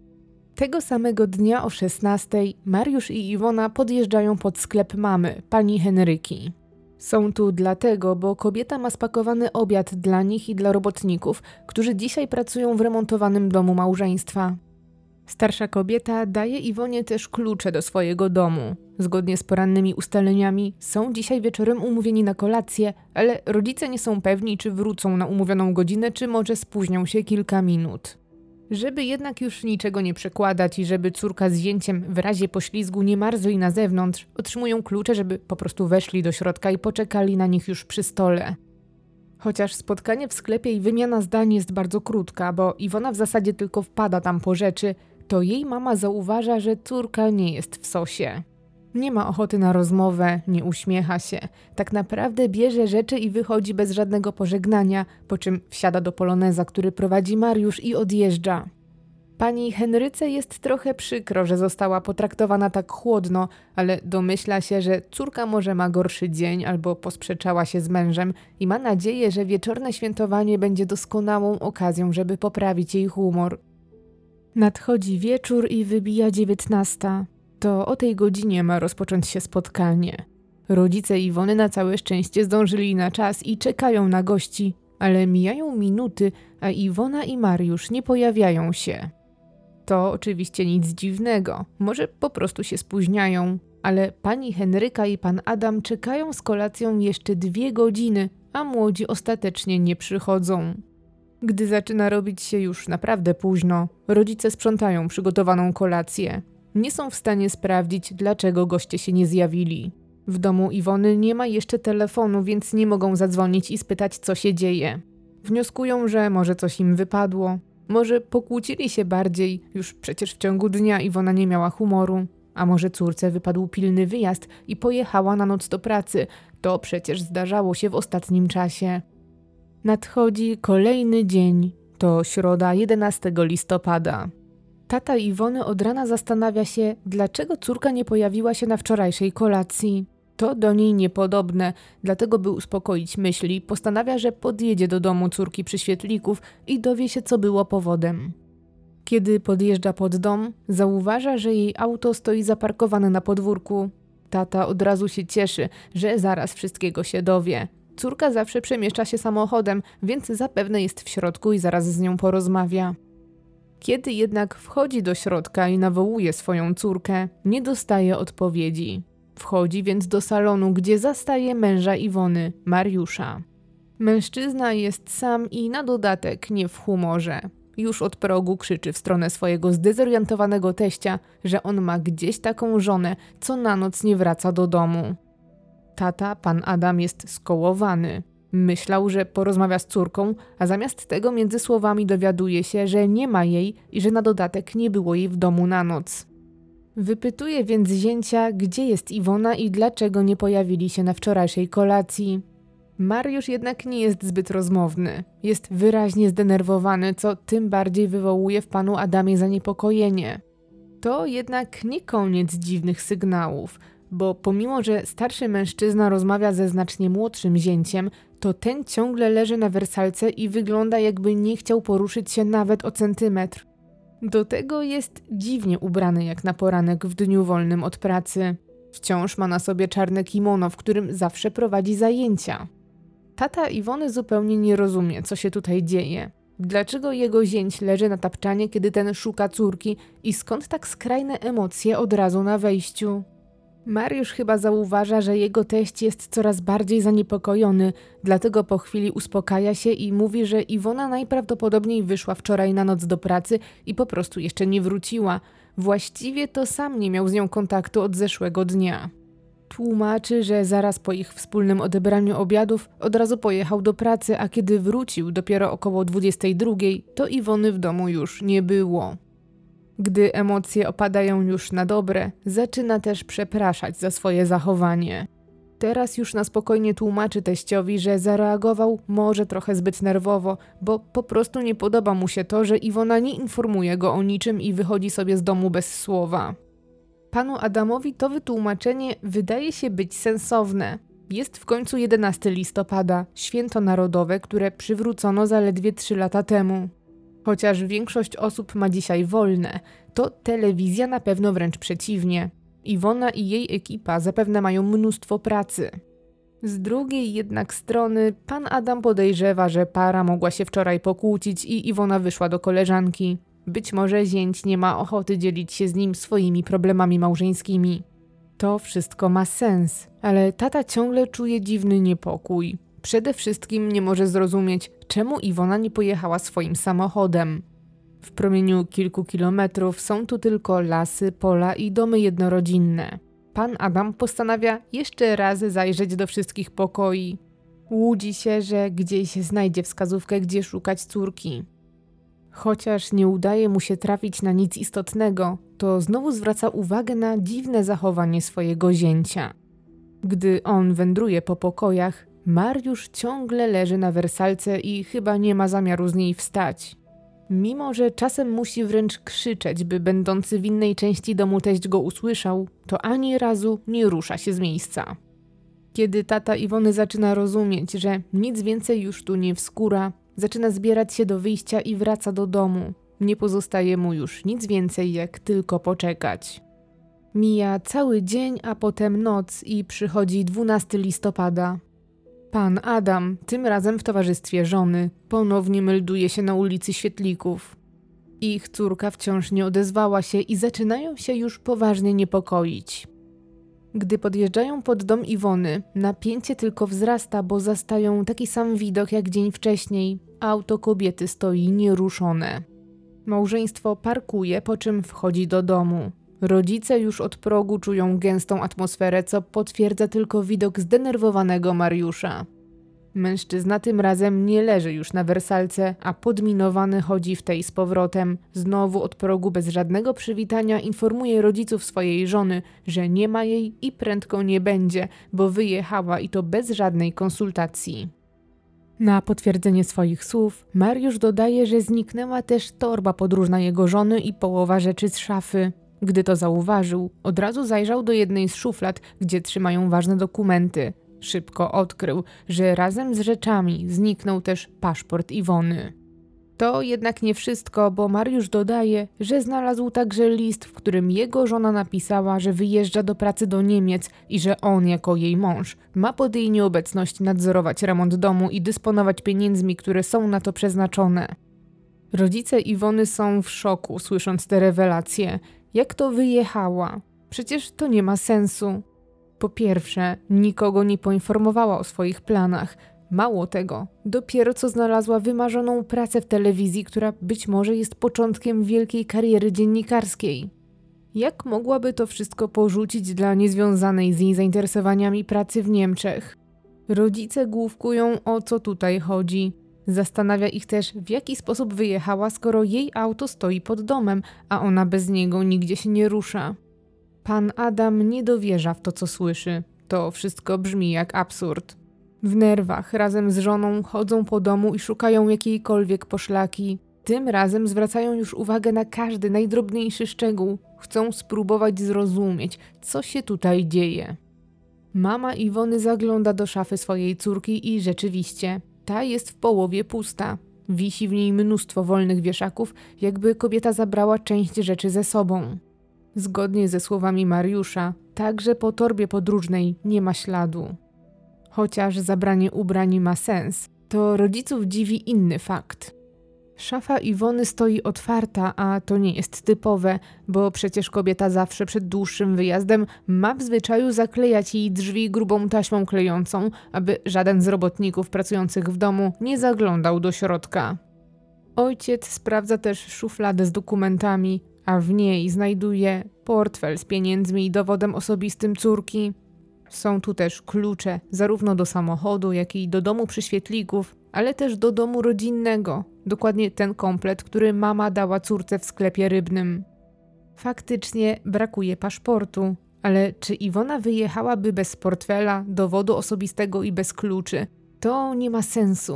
Tego samego dnia o szesnastej Mariusz i Iwona podjeżdżają pod sklep mamy, pani Henryki. Są tu dlatego, bo kobieta ma spakowany obiad dla nich i dla robotników, którzy dzisiaj pracują w remontowanym domu małżeństwa. Starsza kobieta daje Iwonie też klucze do swojego domu. Zgodnie z porannymi ustaleniami są dzisiaj wieczorem umówieni na kolację, ale rodzice nie są pewni, czy wrócą na umówioną godzinę, czy może spóźnią się kilka minut. Żeby jednak już niczego nie przekładać i żeby córka z zięciem w razie poślizgu nie marzli na zewnątrz, otrzymują klucze, żeby po prostu weszli do środka i poczekali na nich już przy stole. Chociaż spotkanie w sklepie i wymiana zdań jest bardzo krótka, bo Iwona w zasadzie tylko wpada tam po rzeczy, to jej mama zauważa, że córka nie jest w sosie. Nie ma ochoty na rozmowę, nie uśmiecha się. Tak naprawdę bierze rzeczy i wychodzi bez żadnego pożegnania, po czym wsiada do poloneza, który prowadzi Mariusz i odjeżdża. Pani Henryce jest trochę przykro, że została potraktowana tak chłodno, ale domyśla się, że córka może ma gorszy dzień albo posprzeczała się z mężem i ma nadzieję, że wieczorne świętowanie będzie doskonałą okazją, żeby poprawić jej humor. Nadchodzi wieczór i wybija dziewiętnasta. To o tej godzinie ma rozpocząć się spotkanie. Rodzice Iwony na całe szczęście zdążyli na czas i czekają na gości, ale mijają minuty, a Iwona i Mariusz nie pojawiają się. To oczywiście nic dziwnego, może po prostu się spóźniają, ale pani Henryka i pan Adam czekają z kolacją jeszcze dwie godziny, a młodzi ostatecznie nie przychodzą. Gdy zaczyna robić się już naprawdę późno, rodzice sprzątają przygotowaną kolację. Nie są w stanie sprawdzić, dlaczego goście się nie zjawili. W domu Iwony nie ma jeszcze telefonu, więc nie mogą zadzwonić i spytać, co się dzieje. Wnioskują, że może coś im wypadło. Może pokłócili się bardziej, już przecież w ciągu dnia Iwona nie miała humoru. A może córce wypadł pilny wyjazd i pojechała na noc do pracy. To przecież zdarzało się w ostatnim czasie. Nadchodzi kolejny dzień. To środa jedenastego listopada. Tata Iwony od rana zastanawia się, dlaczego córka nie pojawiła się na wczorajszej kolacji. To do niej niepodobne, dlatego by uspokoić myśli, postanawia, że podjedzie do domu córki przy świetlików i dowie się, co było powodem. Kiedy podjeżdża pod dom, zauważa, że jej auto stoi zaparkowane na podwórku. Tata od razu się cieszy, że zaraz wszystkiego się dowie. Córka zawsze przemieszcza się samochodem, więc zapewne jest w środku i zaraz z nią porozmawia. Kiedy jednak wchodzi do środka i nawołuje swoją córkę, nie dostaje odpowiedzi. Wchodzi więc do salonu, gdzie zastaje męża Iwony, Mariusza. Mężczyzna jest sam i na dodatek nie w humorze. Już od progu krzyczy w stronę swojego zdezorientowanego teścia, że on ma gdzieś taką żonę, co na noc nie wraca do domu. Tata, pan Adam, jest skołowany. Myślał, że porozmawia z córką, a zamiast tego między słowami dowiaduje się, że nie ma jej i że na dodatek nie było jej w domu na noc. Wypytuje więc zięcia, gdzie jest Iwona i dlaczego nie pojawili się na wczorajszej kolacji. Mariusz jednak nie jest zbyt rozmowny. Jest wyraźnie zdenerwowany, co tym bardziej wywołuje w panu Adamie zaniepokojenie. To jednak nie koniec dziwnych sygnałów, bo pomimo, że starszy mężczyzna rozmawia ze znacznie młodszym zięciem, to ten ciągle leży na wersalce i wygląda, jakby nie chciał poruszyć się nawet o centymetr. Do tego jest dziwnie ubrany jak na poranek w dniu wolnym od pracy. Wciąż ma na sobie czarne kimono, w którym zawsze prowadzi zajęcia. Tata Iwony zupełnie nie rozumie, co się tutaj dzieje. Dlaczego jego zięć leży na tapczanie, kiedy ten szuka córki i skąd tak skrajne emocje od razu na wejściu? Mariusz chyba zauważa, że jego teść jest coraz bardziej zaniepokojony, dlatego po chwili uspokaja się i mówi, że Iwona najprawdopodobniej wyszła wczoraj na noc do pracy i po prostu jeszcze nie wróciła. Właściwie to sam nie miał z nią kontaktu od zeszłego dnia. Tłumaczy, że zaraz po ich wspólnym odebraniu obiadów od razu pojechał do pracy, a kiedy wrócił dopiero około dwudziestej drugiej, to Iwony w domu już nie było. Gdy emocje opadają już na dobre, zaczyna też przepraszać za swoje zachowanie. Teraz już na spokojnie tłumaczy teściowi, że zareagował może trochę zbyt nerwowo, bo po prostu nie podoba mu się to, że Iwona nie informuje go o niczym i wychodzi sobie z domu bez słowa. Panu Adamowi to wytłumaczenie wydaje się być sensowne. Jest w końcu jedenastego listopada, święto narodowe, które przywrócono zaledwie trzy lata temu. Chociaż większość osób ma dzisiaj wolne, to telewizja na pewno wręcz przeciwnie. Iwona i jej ekipa zapewne mają mnóstwo pracy. Z drugiej jednak strony pan Adam podejrzewa, że para mogła się wczoraj pokłócić i Iwona wyszła do koleżanki. Być może zięć nie ma ochoty dzielić się z nim swoimi problemami małżeńskimi. To wszystko ma sens, ale tata ciągle czuje dziwny niepokój. Przede wszystkim nie może zrozumieć, czemu Iwona nie pojechała swoim samochodem. W promieniu kilku kilometrów są tu tylko lasy, pola i domy jednorodzinne. Pan Adam postanawia jeszcze raz zajrzeć do wszystkich pokoi. Łudzi się, że gdzieś znajdzie wskazówkę, gdzie szukać córki. Chociaż nie udaje mu się trafić na nic istotnego, to znowu zwraca uwagę na dziwne zachowanie swojego zięcia. Gdy on wędruje po pokojach, Mariusz ciągle leży na wersalce i chyba nie ma zamiaru z niej wstać. Mimo że czasem musi wręcz krzyczeć, by będący w innej części domu teść go usłyszał, to ani razu nie rusza się z miejsca. Kiedy tata Iwony zaczyna rozumieć, że nic więcej już tu nie wskóra, zaczyna zbierać się do wyjścia i wraca do domu. Nie pozostaje mu już nic więcej, jak tylko poczekać. Mija cały dzień, a potem noc i przychodzi dwunastego listopada. Pan Adam, tym razem w towarzystwie żony, ponownie melduje się na ulicy Świetlików. Ich córka wciąż nie odezwała się i zaczynają się już poważnie niepokoić. Gdy podjeżdżają pod dom Iwony, napięcie tylko wzrasta, bo zastają taki sam widok jak dzień wcześniej. Auto kobiety stoi nieruszone. Małżeństwo parkuje, po czym wchodzi do domu. Rodzice już od progu czują gęstą atmosferę, co potwierdza tylko widok zdenerwowanego Mariusza. Mężczyzna tym razem nie leży już na wersalce, a podminowany chodzi w tej z powrotem. Znowu od progu bez żadnego przywitania informuje rodziców swojej żony, że nie ma jej i prędko nie będzie, bo wyjechała i to bez żadnej konsultacji. Na potwierdzenie swoich słów Mariusz dodaje, że zniknęła też torba podróżna jego żony i połowa rzeczy z szafy. Gdy to zauważył, od razu zajrzał do jednej z szuflad, gdzie trzymają ważne dokumenty. Szybko odkrył, że razem z rzeczami zniknął też paszport Iwony. To jednak nie wszystko, bo Mariusz dodaje, że znalazł także list, w którym jego żona napisała, że wyjeżdża do pracy do Niemiec i że on, jako jej mąż, ma pod jej nieobecność nadzorować remont domu i dysponować pieniędzmi, które są na to przeznaczone. Rodzice Iwony są w szoku, słysząc te rewelacje. Jak to wyjechała? Przecież to nie ma sensu. Po pierwsze, nikogo nie poinformowała o swoich planach. Mało tego, dopiero co znalazła wymarzoną pracę w telewizji, która być może jest początkiem wielkiej kariery dziennikarskiej. Jak mogłaby to wszystko porzucić dla niezwiązanej z jej zainteresowaniami pracy w Niemczech? Rodzice główkują, o co tutaj chodzi. Zastanawia ich też, w jaki sposób wyjechała, skoro jej auto stoi pod domem, a ona bez niego nigdzie się nie rusza. Pan Adam nie dowierza w to, co słyszy. To wszystko brzmi jak absurd. W nerwach razem z żoną chodzą po domu i szukają jakiejkolwiek poszlaki. Tym razem zwracają już uwagę na każdy najdrobniejszy szczegół. Chcą spróbować zrozumieć, co się tutaj dzieje. Mama Iwony zagląda do szafy swojej córki i rzeczywiście, ta jest w połowie pusta. Wisi w niej mnóstwo wolnych wieszaków, jakby kobieta zabrała część rzeczy ze sobą. Zgodnie ze słowami Mariusza, także po torbie podróżnej nie ma śladu. Chociaż zabranie ubrań ma sens, to rodziców dziwi inny fakt. Szafa Iwony stoi otwarta, a to nie jest typowe, bo przecież kobieta zawsze przed dłuższym wyjazdem ma w zwyczaju zaklejać jej drzwi grubą taśmą klejącą, aby żaden z robotników pracujących w domu nie zaglądał do środka. Ojciec sprawdza też szufladę z dokumentami, a w niej znajduje portfel z pieniędzmi i dowodem osobistym córki. Są tu też klucze, zarówno do samochodu, jak i do domu przyświetlików, ale też do domu rodzinnego, dokładnie ten komplet, który mama dała córce w sklepie rybnym. Faktycznie brakuje paszportu, ale czy Iwona wyjechałaby bez portfela, dowodu osobistego i bez kluczy? To nie ma sensu.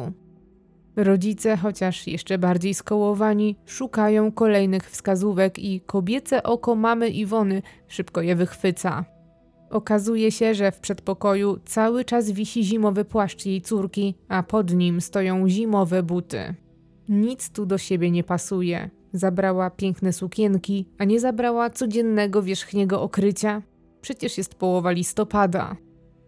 Rodzice, chociaż jeszcze bardziej skołowani, szukają kolejnych wskazówek i kobiece oko mamy Iwony szybko je wychwyca. Okazuje się, że w przedpokoju cały czas wisi zimowy płaszcz jej córki, a pod nim stoją zimowe buty. Nic tu do siebie nie pasuje. Zabrała piękne sukienki, a nie zabrała codziennego wierzchniego okrycia. Przecież jest połowa listopada.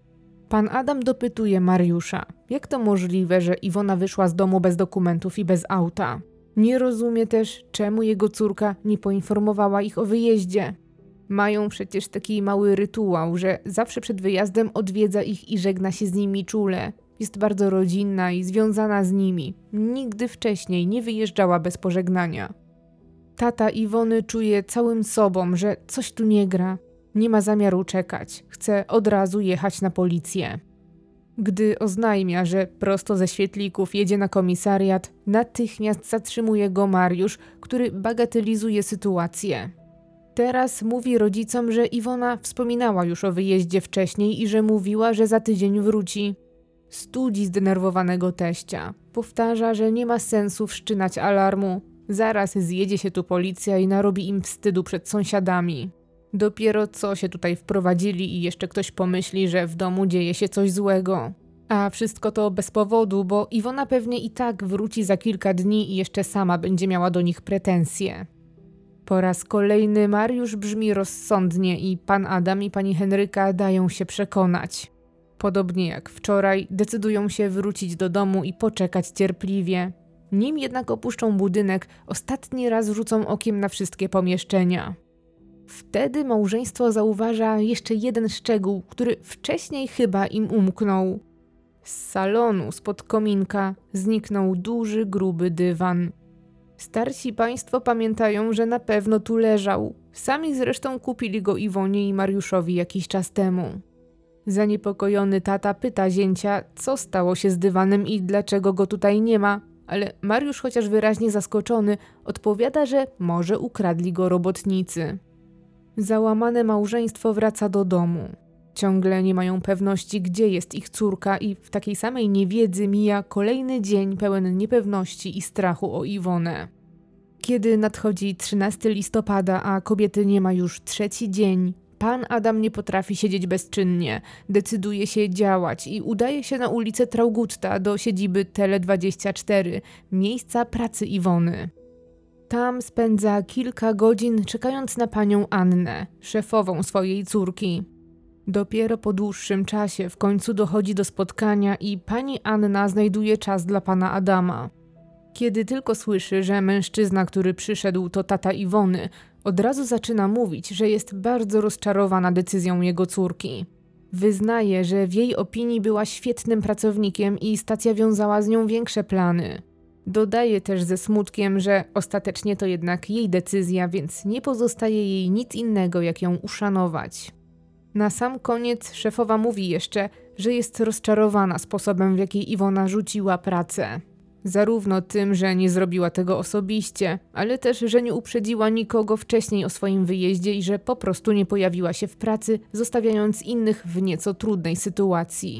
Pan Adam dopytuje Mariusza, jak to możliwe, że Iwona wyszła z domu bez dokumentów i bez auta. Nie rozumie też, czemu jego córka nie poinformowała ich o wyjeździe. Mają przecież taki mały rytuał, że zawsze przed wyjazdem odwiedza ich i żegna się z nimi czule. Jest bardzo rodzinna i związana z nimi. Nigdy wcześniej nie wyjeżdżała bez pożegnania. Tata Iwony czuje całym sobą, że coś tu nie gra. Nie ma zamiaru czekać. Chce od razu jechać na policję. Gdy oznajmia, że prosto ze świetlików jedzie na komisariat, natychmiast zatrzymuje go Mariusz, który bagatelizuje sytuację. Teraz mówi rodzicom, że Iwona wspominała już o wyjeździe wcześniej i że mówiła, że za tydzień wróci. Studzi zdenerwowanego teścia. Powtarza, że nie ma sensu wszczynać alarmu. Zaraz zjedzie się tu policja i narobi im wstydu przed sąsiadami. Dopiero co się tutaj wprowadzili i jeszcze ktoś pomyśli, że w domu dzieje się coś złego. A wszystko to bez powodu, bo Iwona pewnie i tak wróci za kilka dni i jeszcze sama będzie miała do nich pretensje. Po raz kolejny Mariusz brzmi rozsądnie i pan Adam i pani Henryka dają się przekonać. Podobnie jak wczoraj, decydują się wrócić do domu i poczekać cierpliwie. Nim jednak opuszczą budynek, ostatni raz rzucą okiem na wszystkie pomieszczenia. Wtedy małżeństwo zauważa jeszcze jeden szczegół, który wcześniej chyba im umknął. Z salonu spod kominka zniknął duży, gruby dywan. Starsi państwo pamiętają, że na pewno tu leżał. Sami zresztą kupili go Iwonie i Mariuszowi jakiś czas temu. Zaniepokojony tata pyta zięcia, co stało się z dywanem i dlaczego go tutaj nie ma, ale Mariusz, chociaż wyraźnie zaskoczony, odpowiada, że może ukradli go robotnicy. Załamane małżeństwo wraca do domu. Ciągle nie mają pewności, gdzie jest ich córka i w takiej samej niewiedzy mija kolejny dzień pełen niepewności i strachu o Iwonę. Kiedy nadchodzi trzynastego listopada, a kobiety nie ma już trzeci dzień, pan Adam nie potrafi siedzieć bezczynnie, decyduje się działać i udaje się na ulicę Traugutta do siedziby Tele dwadzieścia cztery, miejsca pracy Iwony. Tam spędza kilka godzin czekając na panią Annę, szefową swojej córki. Dopiero po dłuższym czasie w końcu dochodzi do spotkania i pani Anna znajduje czas dla pana Adama. Kiedy tylko słyszy, że mężczyzna, który przyszedł, to tata Iwony, od razu zaczyna mówić, że jest bardzo rozczarowana decyzją jego córki. Wyznaje, że w jej opinii była świetnym pracownikiem i stacja wiązała z nią większe plany. Dodaje też ze smutkiem, że ostatecznie to jednak jej decyzja, więc nie pozostaje jej nic innego, jak ją uszanować. Na sam koniec szefowa mówi jeszcze, że jest rozczarowana sposobem, w jaki Iwona rzuciła pracę. Zarówno tym, że nie zrobiła tego osobiście, ale też, że nie uprzedziła nikogo wcześniej o swoim wyjeździe i że po prostu nie pojawiła się w pracy, zostawiając innych w nieco trudnej sytuacji.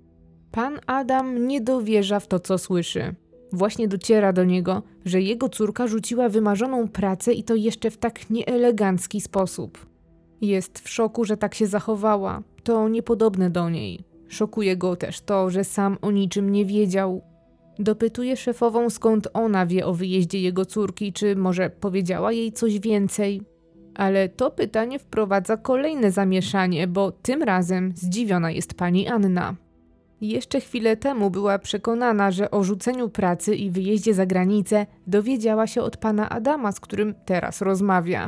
Pan Adam nie dowierza w to, co słyszy. Właśnie dociera do niego, że jego córka rzuciła wymarzoną pracę i to jeszcze w tak nieelegancki sposób. Jest w szoku, że tak się zachowała. To niepodobne do niej. Szokuje go też to, że sam o niczym nie wiedział. Dopytuje szefową, skąd ona wie o wyjeździe jego córki, czy może powiedziała jej coś więcej. Ale to pytanie wprowadza kolejne zamieszanie, bo tym razem zdziwiona jest pani Anna. Jeszcze chwilę temu była przekonana, że o rzuceniu pracy i wyjeździe za granicę dowiedziała się od pana Adama, z którym teraz rozmawia.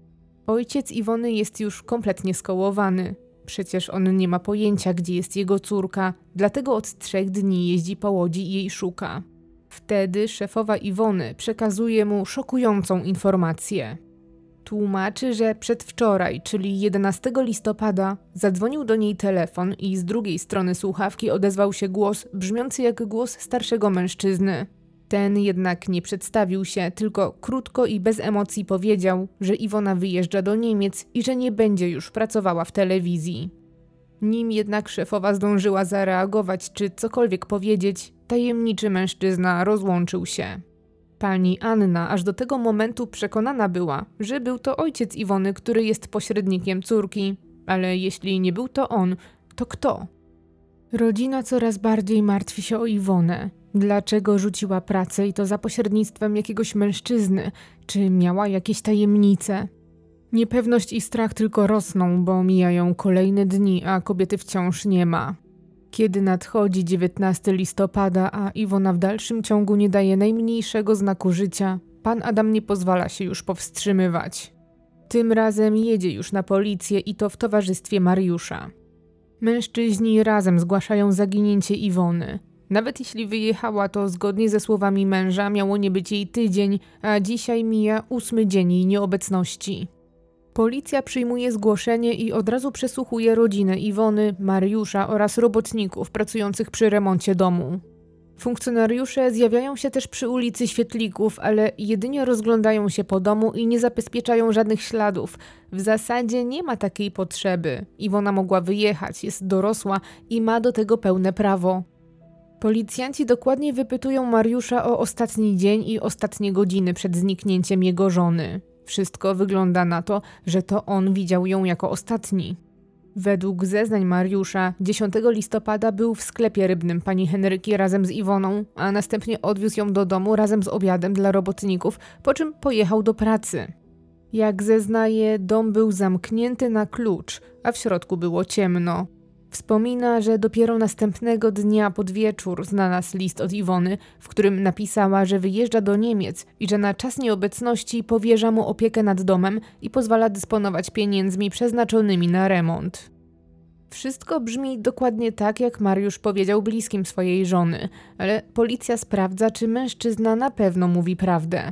Ojciec Iwony jest już kompletnie skołowany. Przecież on nie ma pojęcia, gdzie jest jego córka, dlatego od trzech dni jeździ po łodzi i jej szuka. Wtedy szefowa Iwony przekazuje mu szokującą informację. Tłumaczy, że przedwczoraj, czyli jedenastego listopada, zadzwonił do niej telefon i z drugiej strony słuchawki odezwał się głos brzmiący jak głos starszego mężczyzny. Ten jednak nie przedstawił się, tylko krótko i bez emocji powiedział, że Iwona wyjeżdża do Niemiec i że nie będzie już pracowała w telewizji. Nim jednak szefowa zdążyła zareagować czy cokolwiek powiedzieć, tajemniczy mężczyzna rozłączył się. Pani Anna aż do tego momentu przekonana była, że był to ojciec Iwony, który jest pośrednikiem córki, ale jeśli nie był to on, to kto? Rodzina coraz bardziej martwi się o Iwonę. Dlaczego rzuciła pracę i to za pośrednictwem jakiegoś mężczyzny? Czy miała jakieś tajemnice? Niepewność i strach tylko rosną, bo mijają kolejne dni, a kobiety wciąż nie ma. Kiedy nadchodzi dziewiętnastego listopada, a Iwona w dalszym ciągu nie daje najmniejszego znaku życia, pan Adam nie pozwala się już powstrzymywać. Tym razem jedzie już na policję i to w towarzystwie Mariusza. Mężczyźni razem zgłaszają zaginięcie Iwony. Nawet jeśli wyjechała, to zgodnie ze słowami męża miało nie być jej tydzień, a dzisiaj mija ósmy dzień jej nieobecności. Policja przyjmuje zgłoszenie i od razu przesłuchuje rodzinę Iwony, Mariusza oraz robotników pracujących przy remoncie domu. Funkcjonariusze zjawiają się też przy ulicy Świetlików, ale jedynie rozglądają się po domu i nie zabezpieczają żadnych śladów. W zasadzie nie ma takiej potrzeby. Iwona mogła wyjechać, jest dorosła i ma do tego pełne prawo. Policjanci dokładnie wypytują Mariusza o ostatni dzień i ostatnie godziny przed zniknięciem jego żony. Wszystko wygląda na to, że to on widział ją jako ostatni. Według zeznań Mariusza dziesiątego listopada był w sklepie rybnym pani Henryki razem z Iwoną, a następnie odwiózł ją do domu razem z obiadem dla robotników, po czym pojechał do pracy. Jak zeznaje, dom był zamknięty na klucz, a w środku było ciemno. Wspomina, że dopiero następnego dnia pod wieczór znalazł list od Iwony, w którym napisała, że wyjeżdża do Niemiec i że na czas nieobecności powierza mu opiekę nad domem i pozwala dysponować pieniędzmi przeznaczonymi na remont. Wszystko brzmi dokładnie tak, jak Mariusz powiedział bliskim swojej żony, ale policja sprawdza, czy mężczyzna na pewno mówi prawdę.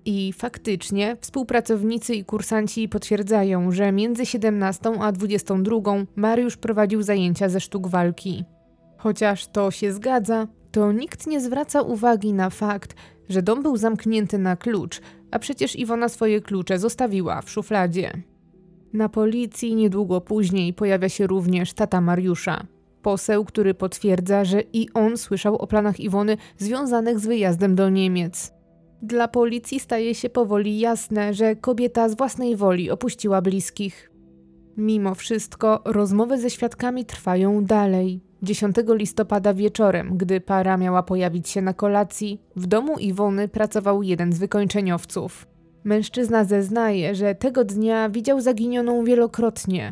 I faktycznie współpracownicy i kursanci potwierdzają, że między siedemnastą a dwudziestą drugą Mariusz prowadził zajęcia ze sztuk walki. Chociaż to się zgadza, to nikt nie zwraca uwagi na fakt, że dom był zamknięty na klucz, a przecież Iwona swoje klucze zostawiła w szufladzie. Na policji niedługo później pojawia się również tata Mariusza. Poseł, który potwierdza, że i on słyszał o planach Iwony związanych z wyjazdem do Niemiec. Dla policji staje się powoli jasne, że kobieta z własnej woli opuściła bliskich. Mimo wszystko rozmowy ze świadkami trwają dalej. dziesiątego listopada wieczorem, gdy para miała pojawić się na kolacji, w domu Iwony pracował jeden z wykończeniowców. Mężczyzna zeznaje, że tego dnia widział zaginioną wielokrotnie.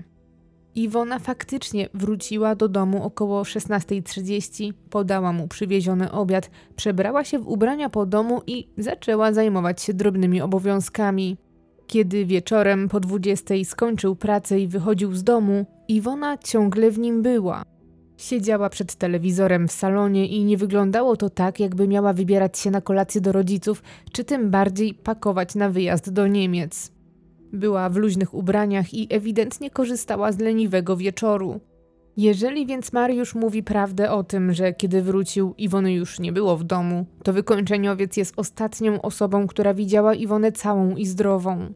Iwona faktycznie wróciła do domu około szesnasta trzydzieści, podała mu przywieziony obiad, przebrała się w ubrania po domu i zaczęła zajmować się drobnymi obowiązkami. Kiedy wieczorem po dwudziestej skończył pracę i wychodził z domu, Iwona ciągle w nim była. Siedziała przed telewizorem w salonie i nie wyglądało to tak, jakby miała wybierać się na kolację do rodziców, czy tym bardziej pakować na wyjazd do Niemiec. Była w luźnych ubraniach i ewidentnie korzystała z leniwego wieczoru. Jeżeli więc Mariusz mówi prawdę o tym, że kiedy wrócił, Iwony już nie było w domu, to wykończeniowiec jest ostatnią osobą, która widziała Iwonę całą i zdrową.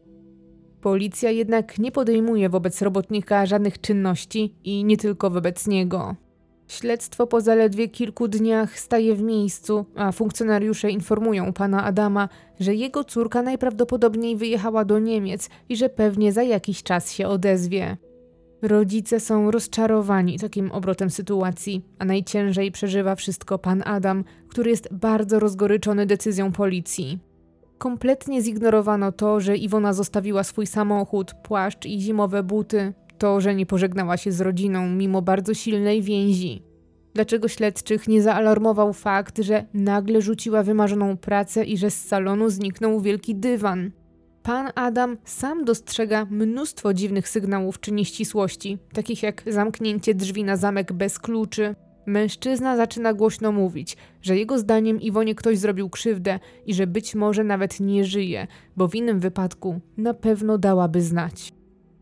Policja jednak nie podejmuje wobec robotnika żadnych czynności i nie tylko wobec niego. Śledztwo po zaledwie kilku dniach staje w miejscu, a funkcjonariusze informują pana Adama, że jego córka najprawdopodobniej wyjechała do Niemiec i że pewnie za jakiś czas się odezwie. Rodzice są rozczarowani takim obrotem sytuacji, a najciężej przeżywa wszystko pan Adam, który jest bardzo rozgoryczony decyzją policji. Kompletnie zignorowano to, że Iwona zostawiła swój samochód, płaszcz i zimowe buty. To, że nie pożegnała się z rodziną mimo bardzo silnej więzi. Dlaczego śledczych nie zaalarmował fakt, że nagle rzuciła wymarzoną pracę i że z salonu zniknął wielki dywan? Pan Adam sam dostrzega mnóstwo dziwnych sygnałów czy nieścisłości, takich jak zamknięcie drzwi na zamek bez kluczy. Mężczyzna zaczyna głośno mówić, że jego zdaniem Iwonie ktoś zrobił krzywdę i że być może nawet nie żyje, bo w innym wypadku na pewno dałaby znać.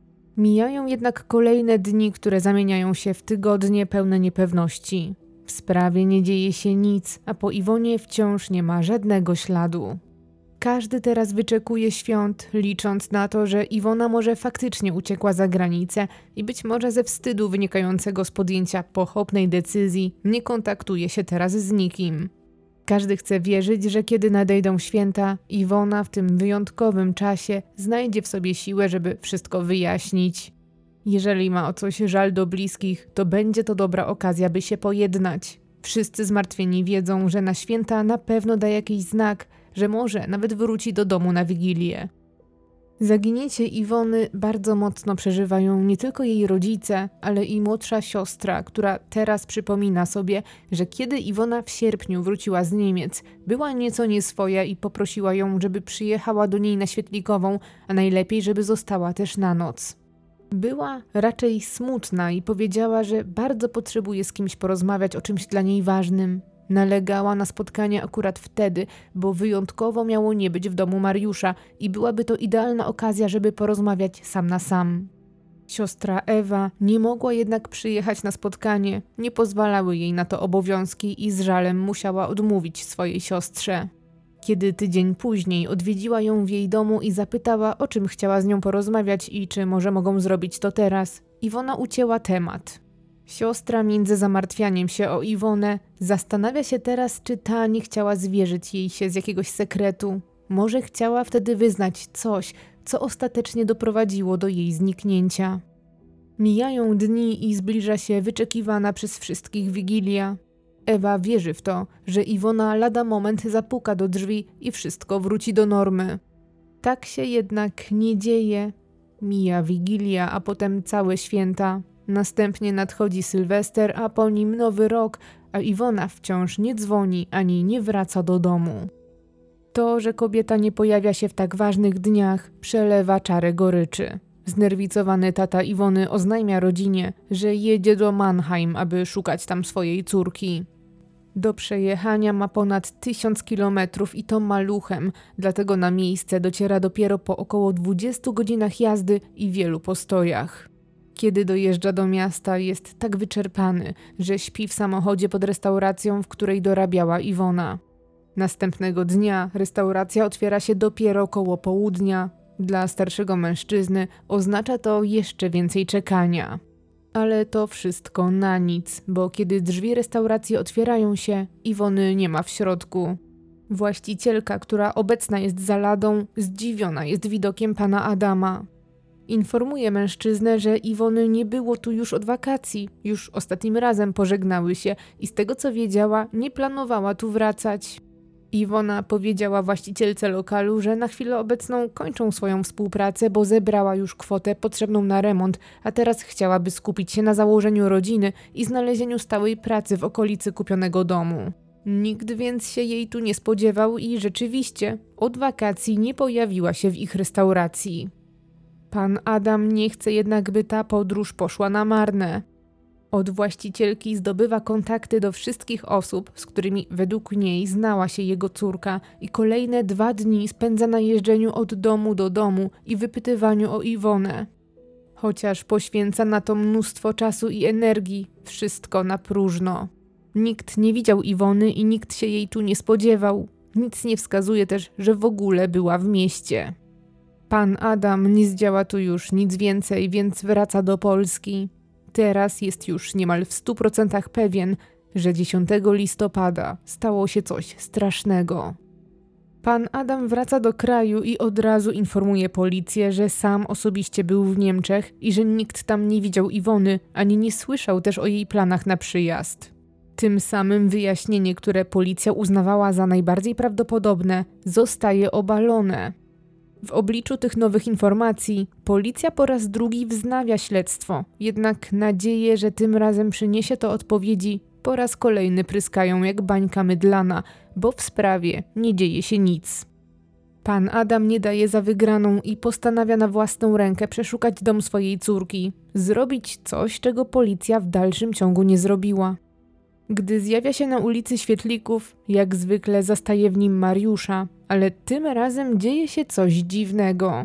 Mijają jednak kolejne dni, które zamieniają się w tygodnie pełne niepewności. W sprawie nie dzieje się nic, a po Iwonie wciąż nie ma żadnego śladu. Każdy teraz wyczekuje świąt, licząc na to, że Iwona może faktycznie uciekła za granicę i być może ze wstydu wynikającego z podjęcia pochopnej decyzji nie kontaktuje się teraz z nikim. Każdy chce wierzyć, że kiedy nadejdą święta, Iwona w tym wyjątkowym czasie znajdzie w sobie siłę, żeby wszystko wyjaśnić. Jeżeli ma o coś żal do bliskich, to będzie to dobra okazja, by się pojednać. Wszyscy zmartwieni wiedzą, że na święta na pewno da jakiś znak, że może nawet wróci do domu na Wigilię. Zaginięcie Iwony bardzo mocno przeżywają nie tylko jej rodzice, ale i młodsza siostra, która teraz przypomina sobie, że kiedy Iwona w sierpniu wróciła z Niemiec, była nieco nieswoja i poprosiła ją, żeby przyjechała do niej na Świetlikową, a najlepiej, żeby została też na noc. Była raczej smutna i powiedziała, że bardzo potrzebuje z kimś porozmawiać o czymś dla niej ważnym. Nalegała na spotkanie akurat wtedy, bo wyjątkowo miało nie być w domu Mariusza i byłaby to idealna okazja, żeby porozmawiać sam na sam. Siostra Ewa nie mogła jednak przyjechać na spotkanie, nie pozwalały jej na to obowiązki i z żalem musiała odmówić swojej siostrze. Kiedy tydzień później odwiedziła ją w jej domu i zapytała, o czym chciała z nią porozmawiać i czy może mogą zrobić to teraz, Iwona ucięła temat. Siostra między zamartwianiem się o Iwonę zastanawia się teraz, czy ta nie chciała zwierzyć jej się z jakiegoś sekretu. Może chciała wtedy wyznać coś, co ostatecznie doprowadziło do jej zniknięcia. Mijają dni i zbliża się wyczekiwana przez wszystkich Wigilia. Ewa wierzy w to, że Iwona lada moment zapuka do drzwi i wszystko wróci do normy. Tak się jednak nie dzieje. Mija Wigilia, a potem całe święta. Następnie nadchodzi Sylwester, a po nim Nowy Rok, a Iwona wciąż nie dzwoni ani nie wraca do domu. To, że kobieta nie pojawia się w tak ważnych dniach, przelewa czarę goryczy. Znerwicowany tata Iwony oznajmia rodzinie, że jedzie do Mannheim, aby szukać tam swojej córki. Do przejechania ma ponad tysiąc kilometrów i to maluchem, dlatego na miejsce dociera dopiero po około dwudziestu godzinach jazdy i wielu postojach. Kiedy dojeżdża do miasta, jest tak wyczerpany, że śpi w samochodzie pod restauracją, w której dorabiała Iwona. Następnego dnia restauracja otwiera się dopiero koło południa. Dla starszego mężczyzny oznacza to jeszcze więcej czekania. Ale to wszystko na nic, bo kiedy drzwi restauracji otwierają się, Iwony nie ma w środku. Właścicielka, która obecna jest za ladą, zdziwiona jest widokiem pana Adama. Informuje mężczyznę, że Iwony nie było tu już od wakacji, już ostatnim razem pożegnały się i z tego co wiedziała, nie planowała tu wracać. Iwona powiedziała właścicielce lokalu, że na chwilę obecną kończą swoją współpracę, bo zebrała już kwotę potrzebną na remont, a teraz chciałaby skupić się na założeniu rodziny i znalezieniu stałej pracy w okolicy kupionego domu. Nikt więc się jej tu nie spodziewał i rzeczywiście od wakacji nie pojawiła się w ich restauracji. Pan Adam nie chce jednak, by ta podróż poszła na marne. Od właścicielki zdobywa kontakty do wszystkich osób, z którymi według niej znała się jego córka i kolejne dwa dni spędza na jeżdżeniu od domu do domu i wypytywaniu o Iwonę. Chociaż poświęca na to mnóstwo czasu i energii, wszystko na próżno. Nikt nie widział Iwony i nikt się jej tu nie spodziewał. Nic nie wskazuje też, że w ogóle była w mieście. Pan Adam nie zdziała tu już nic więcej, więc wraca do Polski. Teraz jest już niemal w stu procentach pewien, że dziesiątego listopada stało się coś strasznego. Pan Adam wraca do kraju i od razu informuje policję, że sam osobiście był w Niemczech i że nikt tam nie widział Iwony, ani nie słyszał też o jej planach na przyjazd. Tym samym wyjaśnienie, które policja uznawała za najbardziej prawdopodobne, zostaje obalone. W obliczu tych nowych informacji policja po raz drugi wznawia śledztwo, jednak nadzieje, że tym razem przyniesie to odpowiedzi, po raz kolejny pryskają jak bańka mydlana, bo w sprawie nie dzieje się nic. Pan Adam nie daje za wygraną i postanawia na własną rękę przeszukać dom swojej córki, zrobić coś, czego policja w dalszym ciągu nie zrobiła. Gdy zjawia się na ulicy Świetlików, jak zwykle zastaje w nim Mariusza, ale tym razem dzieje się coś dziwnego.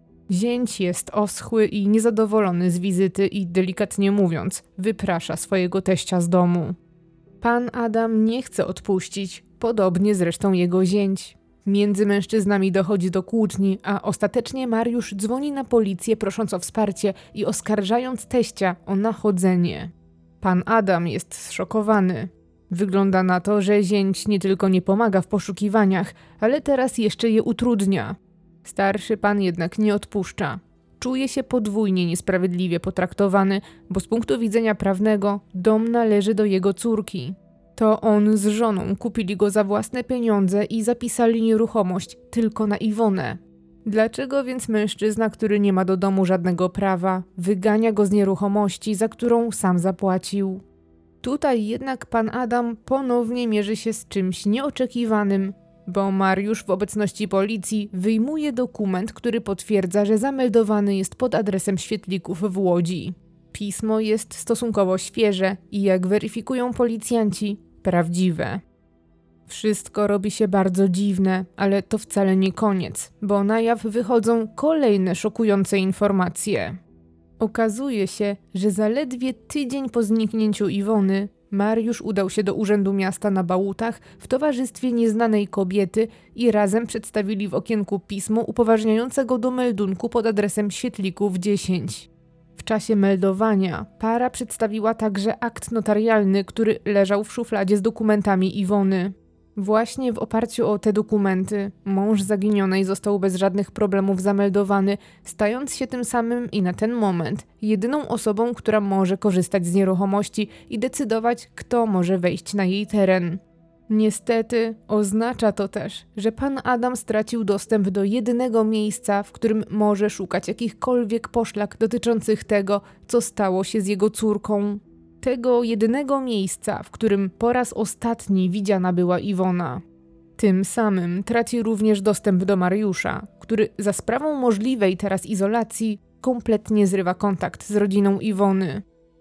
Zięć jest oschły i niezadowolony z wizyty i delikatnie mówiąc, wyprasza swojego teścia z domu. Pan Adam nie chce odpuścić, podobnie zresztą jego zięć. Między mężczyznami dochodzi do kłótni, a ostatecznie Mariusz dzwoni na policję prosząc o wsparcie i oskarżając teścia o nachodzenie. Pan Adam jest zszokowany. Wygląda na to, że zięć nie tylko nie pomaga w poszukiwaniach, ale teraz jeszcze je utrudnia. Starszy pan jednak nie odpuszcza. Czuje się podwójnie niesprawiedliwie potraktowany, bo z punktu widzenia prawnego dom należy do jego córki. To on z żoną kupili go za własne pieniądze i zapisali nieruchomość tylko na Iwonę. Dlaczego więc mężczyzna, który nie ma do domu żadnego prawa, wygania go z nieruchomości, za którą sam zapłacił? Tutaj jednak pan Adam ponownie mierzy się z czymś nieoczekiwanym, bo Mariusz w obecności policji wyjmuje dokument, który potwierdza, że zameldowany jest pod adresem Świetlików w Łodzi. Pismo jest stosunkowo świeże i jak weryfikują policjanci, prawdziwe. Wszystko robi się bardzo dziwne, ale to wcale nie koniec, bo na jaw wychodzą kolejne szokujące informacje. Okazuje się, że zaledwie tydzień po zniknięciu Iwony, Mariusz udał się do Urzędu Miasta na Bałutach w towarzystwie nieznanej kobiety i razem przedstawili w okienku pismo upoważniające go do meldunku pod adresem Świetlików dziesięć. W czasie meldowania para przedstawiła także akt notarialny, który leżał w szufladzie z dokumentami Iwony. Właśnie w oparciu o te dokumenty mąż zaginionej został bez żadnych problemów zameldowany, stając się tym samym i na ten moment jedyną osobą, która może korzystać z nieruchomości i decydować, kto może wejść na jej teren. Niestety oznacza to też, że pan Adam stracił dostęp do jedynego miejsca, w którym może szukać jakichkolwiek poszlak dotyczących tego, co stało się z jego córką. Tego jedynego miejsca, w którym po raz ostatni widziana była Iwona. Tym samym traci również dostęp do Mariusza, który za sprawą możliwej teraz izolacji kompletnie zrywa kontakt z rodziną Iwony.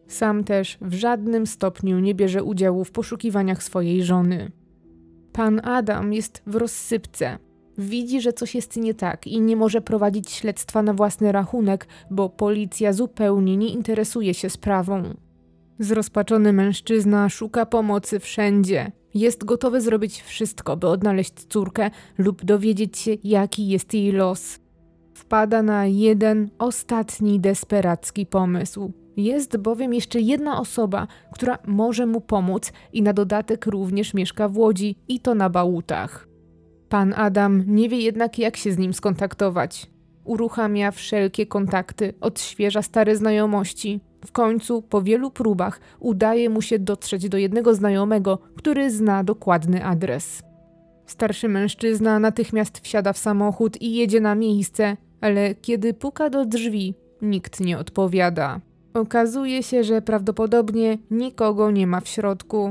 Sam też w żadnym stopniu nie bierze udziału w poszukiwaniach swojej żony. Pan Adam jest w rozsypce. Widzi, że coś jest nie tak i nie może prowadzić śledztwa na własny rachunek, bo policja zupełnie nie interesuje się sprawą. Zrozpaczony mężczyzna szuka pomocy wszędzie. Jest gotowy zrobić wszystko, by odnaleźć córkę lub dowiedzieć się, jaki jest jej los. Wpada na jeden, ostatni, desperacki pomysł. Jest bowiem jeszcze jedna osoba, która może mu pomóc i na dodatek również mieszka w Łodzi i to na Bałutach. Pan Adam nie wie jednak, jak się z nim skontaktować. Uruchamia wszelkie kontakty, odświeża stare znajomości. W końcu, po wielu próbach, udaje mu się dotrzeć do jednego znajomego, który zna dokładny adres. Starszy mężczyzna natychmiast wsiada w samochód i jedzie na miejsce, ale kiedy puka do drzwi, nikt nie odpowiada. Okazuje się, że prawdopodobnie nikogo nie ma w środku.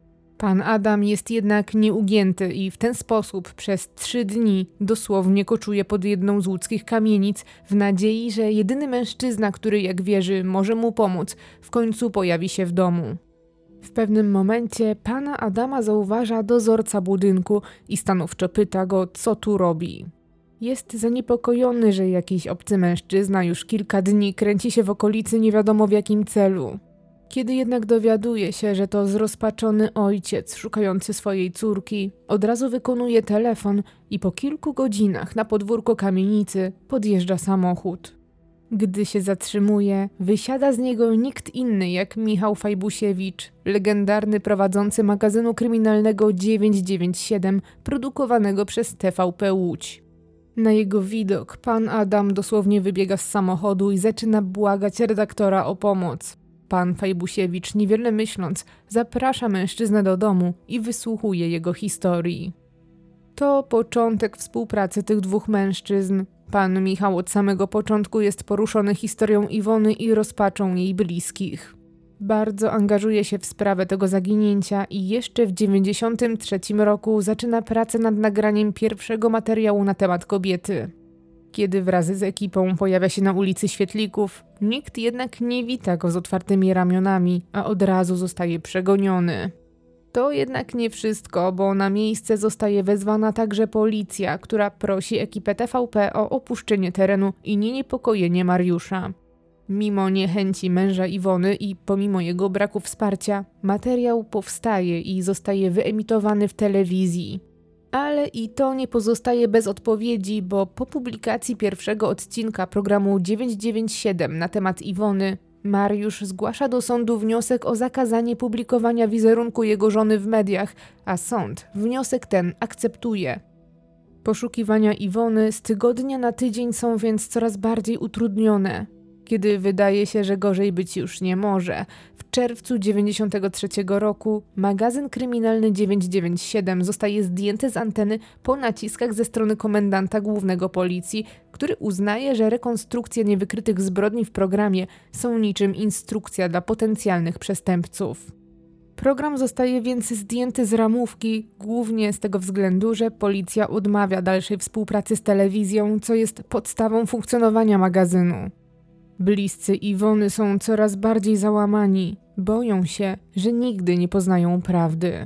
Pan Adam jest jednak nieugięty i w ten sposób przez trzy dni dosłownie koczuje pod jedną z łódzkich kamienic w nadziei, że jedyny mężczyzna, który jak wierzy może mu pomóc, w końcu pojawi się w domu. W pewnym momencie pana Adama zauważa dozorca budynku i stanowczo pyta go, co tu robi. Jest zaniepokojony, że jakiś obcy mężczyzna już kilka dni kręci się w okolicy nie wiadomo w jakim celu. Kiedy jednak dowiaduje się, że to zrozpaczony ojciec szukający swojej córki, od razu wykonuje telefon i po kilku godzinach na podwórko kamienicy podjeżdża samochód. Gdy się zatrzymuje, wysiada z niego nikt inny jak Michał Fajbusiewicz, legendarny prowadzący magazynu kryminalnego dziewięć dziewięć siedem, produkowanego przez T V P Łódź. Na jego widok pan Adam dosłownie wybiega z samochodu i zaczyna błagać redaktora o pomoc. Pan Fajbusiewicz, niewiele myśląc, zaprasza mężczyznę do domu i wysłuchuje jego historii. To początek współpracy tych dwóch mężczyzn. Pan Michał od samego początku jest poruszony historią Iwony i rozpaczą jej bliskich. Bardzo angażuje się w sprawę tego zaginięcia i jeszcze w dziewięćdziesiątym trzecim roku zaczyna pracę nad nagraniem pierwszego materiału na temat kobiety. Kiedy wraz z ekipą pojawia się na ulicy Świetlików, nikt jednak nie wita go z otwartymi ramionami, a od razu zostaje przegoniony. To jednak nie wszystko, bo na miejsce zostaje wezwana także policja, która prosi ekipę T V P o opuszczenie terenu i niepokojenie Mariusza. Mimo niechęci męża Iwony i pomimo jego braku wsparcia, materiał powstaje i zostaje wyemitowany w telewizji. Ale i to nie pozostaje bez odpowiedzi, bo po publikacji pierwszego odcinka programu dziewięć dziewięć siedem na temat Iwony, Mariusz zgłasza do sądu wniosek o zakazanie publikowania wizerunku jego żony w mediach, a sąd wniosek ten akceptuje. Poszukiwania Iwony z tygodnia na tydzień są więc coraz bardziej utrudnione. Kiedy wydaje się, że gorzej być już nie może, w czerwcu dziewięćdziesiątego trzeciego roku magazyn kryminalny dziewięć dziewięć siedem zostaje zdjęty z anteny po naciskach ze strony komendanta głównego policji, który uznaje, że rekonstrukcje niewykrytych zbrodni w programie są niczym instrukcja dla potencjalnych przestępców. Program zostaje więc zdjęty z ramówki, głównie z tego względu, że policja odmawia dalszej współpracy z telewizją, co jest podstawą funkcjonowania magazynu. Bliscy Iwony są coraz bardziej załamani, boją się, że nigdy nie poznają prawdy.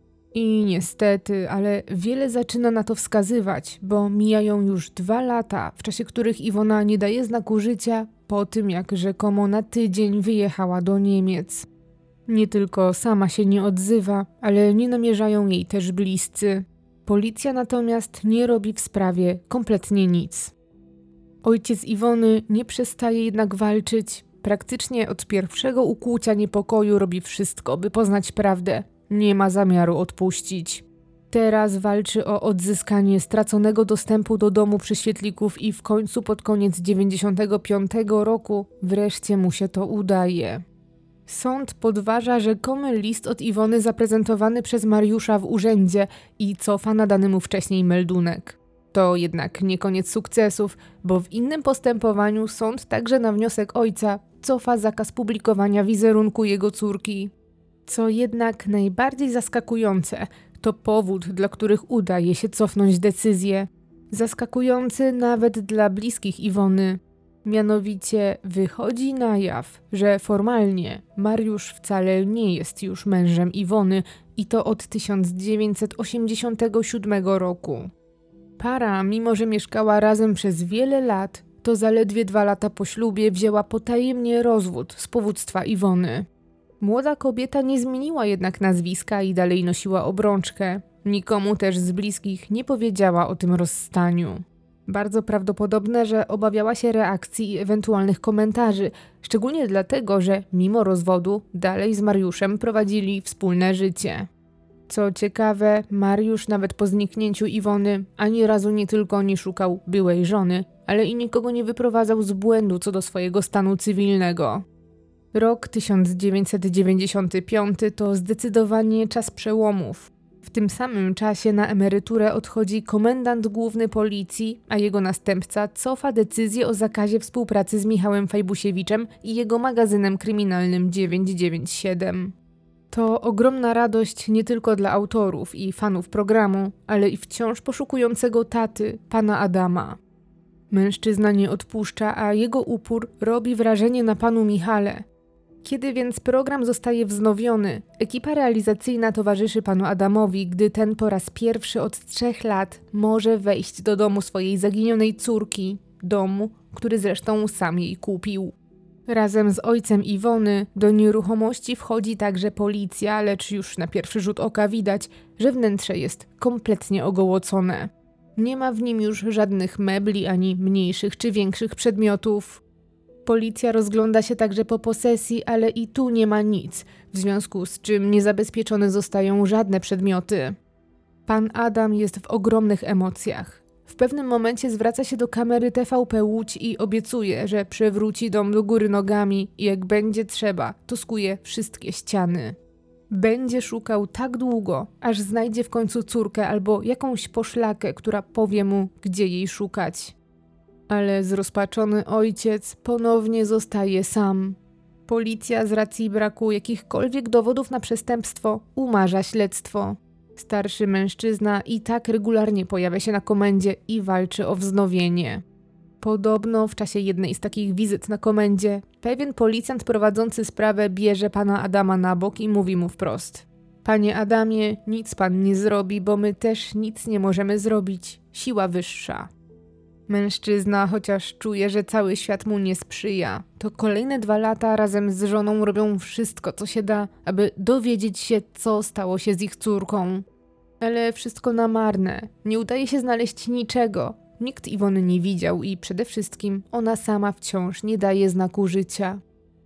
I niestety, ale wiele zaczyna na to wskazywać, bo mijają już dwa lata, w czasie których Iwona nie daje znaku życia po tym, jak rzekomo na tydzień wyjechała do Niemiec. Nie tylko sama się nie odzywa, ale nie namierzają jej też bliscy. Policja natomiast nie robi w sprawie kompletnie nic. Ojciec Iwony nie przestaje jednak walczyć. Praktycznie od pierwszego ukłucia niepokoju robi wszystko, by poznać prawdę. Nie ma zamiaru odpuścić. Teraz walczy o odzyskanie straconego dostępu do domu przy Świetlików i w końcu pod koniec dziewięćdziesiątego piątego roku wreszcie mu się to udaje. Sąd podważa rzekomy list od Iwony zaprezentowany przez Mariusza w urzędzie i cofa nadany mu wcześniej meldunek. To jednak nie koniec sukcesów, bo w innym postępowaniu sąd także na wniosek ojca cofa zakaz publikowania wizerunku jego córki. Co jednak najbardziej zaskakujące, to powód, dla których udaje się cofnąć decyzję. Zaskakujący nawet dla bliskich Iwony. Mianowicie wychodzi na jaw, że formalnie Mariusz wcale nie jest już mężem Iwony i to od tysiąc dziewięćset osiemdziesiątego siódmego roku. Para, mimo że mieszkała razem przez wiele lat, to zaledwie dwa lata po ślubie wzięła potajemnie rozwód z powództwa Iwony. Młoda kobieta nie zmieniła jednak nazwiska i dalej nosiła obrączkę. Nikomu też z bliskich nie powiedziała o tym rozstaniu. Bardzo prawdopodobne, że obawiała się reakcji i ewentualnych komentarzy, szczególnie dlatego, że mimo rozwodu dalej z Mariuszem prowadzili wspólne życie. Co ciekawe, Mariusz nawet po zniknięciu Iwony ani razu nie tylko nie szukał byłej żony, ale i nikogo nie wyprowadzał z błędu co do swojego stanu cywilnego. Rok tysiąc dziewięćset dziewięćdziesiąty piąty to zdecydowanie czas przełomów. W tym samym czasie na emeryturę odchodzi komendant główny policji, a jego następca cofa decyzję o zakazie współpracy z Michałem Fajbusiewiczem i jego magazynem kryminalnym dziewięćset dziewięćdziesiąt siedem. To ogromna radość nie tylko dla autorów i fanów programu, ale i wciąż poszukującego taty, pana Adama. Mężczyzna nie odpuszcza, a jego upór robi wrażenie na panu Michale. Kiedy więc program zostaje wznowiony, ekipa realizacyjna towarzyszy panu Adamowi, gdy ten po raz pierwszy od trzech lat może wejść do domu swojej zaginionej córki, domu, który zresztą sam jej kupił. Razem z ojcem Iwony do nieruchomości wchodzi także policja, lecz już na pierwszy rzut oka widać, że wnętrze jest kompletnie ogołocone. Nie ma w nim już żadnych mebli ani mniejszych czy większych przedmiotów. Policja rozgląda się także po posesji, ale i tu nie ma nic, w związku z czym niezabezpieczone zostają żadne przedmioty. Pan Adam jest w ogromnych emocjach. W pewnym momencie zwraca się do kamery T V P Łódź i obiecuje, że przewróci dom do góry nogami i jak będzie trzeba, to skuje wszystkie ściany. Będzie szukał tak długo, aż znajdzie w końcu córkę albo jakąś poszlakę, która powie mu, gdzie jej szukać. Ale zrozpaczony ojciec ponownie zostaje sam. Policja z racji braku jakichkolwiek dowodów na przestępstwo umarza śledztwo. Starszy mężczyzna i tak regularnie pojawia się na komendzie i walczy o wznowienie. Podobno w czasie jednej z takich wizyt na komendzie pewien policjant prowadzący sprawę bierze pana Adama na bok i mówi mu wprost: Panie Adamie, nic pan nie zrobi, bo my też nic nie możemy zrobić. Siła wyższa. Mężczyzna, chociaż czuje, że cały świat mu nie sprzyja, to kolejne dwa lata razem z żoną robią wszystko, co się da, aby dowiedzieć się, co stało się z ich córką. Ale wszystko na marne. Nie udaje się znaleźć niczego. Nikt Iwony nie widział i przede wszystkim ona sama wciąż nie daje znaku życia.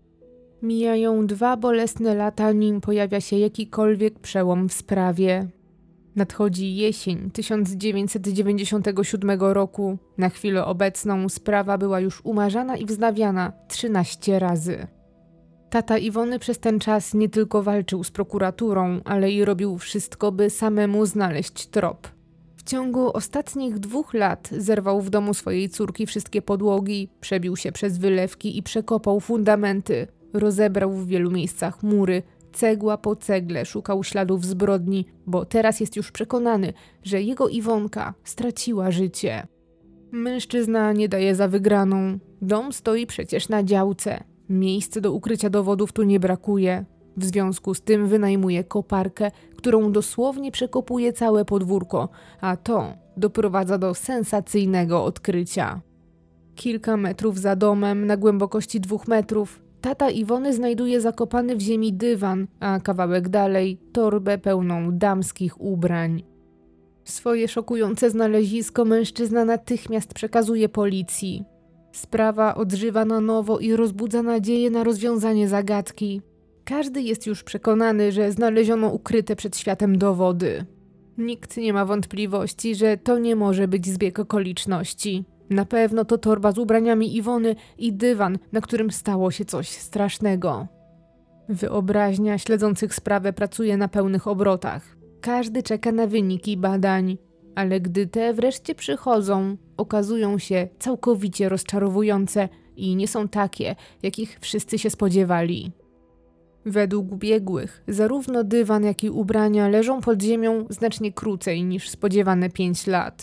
Mijają dwa bolesne lata, nim pojawia się jakikolwiek przełom w sprawie. Nadchodzi jesień tysiąc dziewięćset dziewięćdziesiątego siódmego roku. Na chwilę obecną sprawa była już umarzana i wznawiana trzynaście razy. Tata Iwony przez ten czas nie tylko walczył z prokuraturą, ale i robił wszystko, by samemu znaleźć trop. W ciągu ostatnich dwóch lat zerwał w domu swojej córki wszystkie podłogi, przebił się przez wylewki i przekopał fundamenty. Rozebrał w wielu miejscach mury, cegła po cegle szukał śladów zbrodni, bo teraz jest już przekonany, że jego Iwonka straciła życie. Mężczyzna nie daje za wygraną. Dom stoi przecież na działce. Miejsc do ukrycia dowodów tu nie brakuje. W związku z tym wynajmuje koparkę, którą dosłownie przekopuje całe podwórko, a to doprowadza do sensacyjnego odkrycia. Kilka metrów za domem, na głębokości dwóch metrów, tata Iwony znajduje zakopany w ziemi dywan, a kawałek dalej torbę pełną damskich ubrań. Swoje szokujące znalezisko mężczyzna natychmiast przekazuje policji. Sprawa odżywa na nowo i rozbudza nadzieję na rozwiązanie zagadki. Każdy jest już przekonany, że znaleziono ukryte przed światem dowody. Nikt nie ma wątpliwości, że to nie może być zbieg okoliczności. Na pewno to torba z ubraniami Iwony i dywan, na którym stało się coś strasznego. Wyobraźnia śledzących sprawę pracuje na pełnych obrotach. Każdy czeka na wyniki badań, ale gdy te wreszcie przychodzą, okazują się całkowicie rozczarowujące i nie są takie, jakich wszyscy się spodziewali. Według biegłych, zarówno dywan, jak i ubrania leżą pod ziemią znacznie krócej niż spodziewane pięć lat.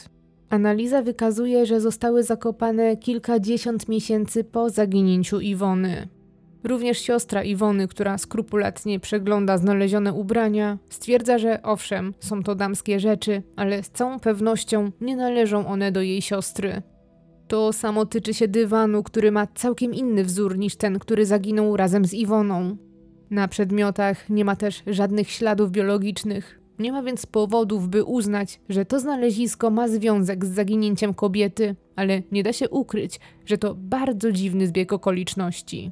Analiza wykazuje, że zostały zakopane kilkadziesiąt miesięcy po zaginięciu Iwony. Również siostra Iwony, która skrupulatnie przegląda znalezione ubrania, stwierdza, że owszem, są to damskie rzeczy, ale z całą pewnością nie należą one do jej siostry. To samo tyczy się dywanu, który ma całkiem inny wzór niż ten, który zaginął razem z Iwoną. Na przedmiotach nie ma też żadnych śladów biologicznych. Nie ma więc powodów, by uznać, że to znalezisko ma związek z zaginięciem kobiety, ale nie da się ukryć, że to bardzo dziwny zbieg okoliczności.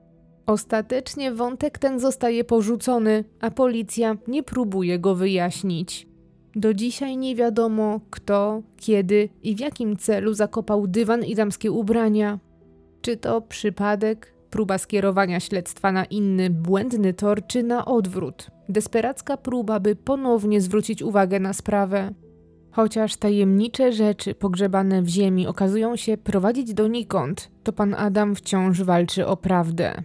Ostatecznie wątek ten zostaje porzucony, a policja nie próbuje go wyjaśnić. Do dzisiaj nie wiadomo, kto, kiedy i w jakim celu zakopał dywan i damskie ubrania. Czy to przypadek, próba skierowania śledztwa na inny, błędny tor, czy na odwrót? Desperacka próba, by ponownie zwrócić uwagę na sprawę. Chociaż tajemnicze rzeczy pogrzebane w ziemi okazują się prowadzić donikąd, to pan Adam wciąż walczy o prawdę.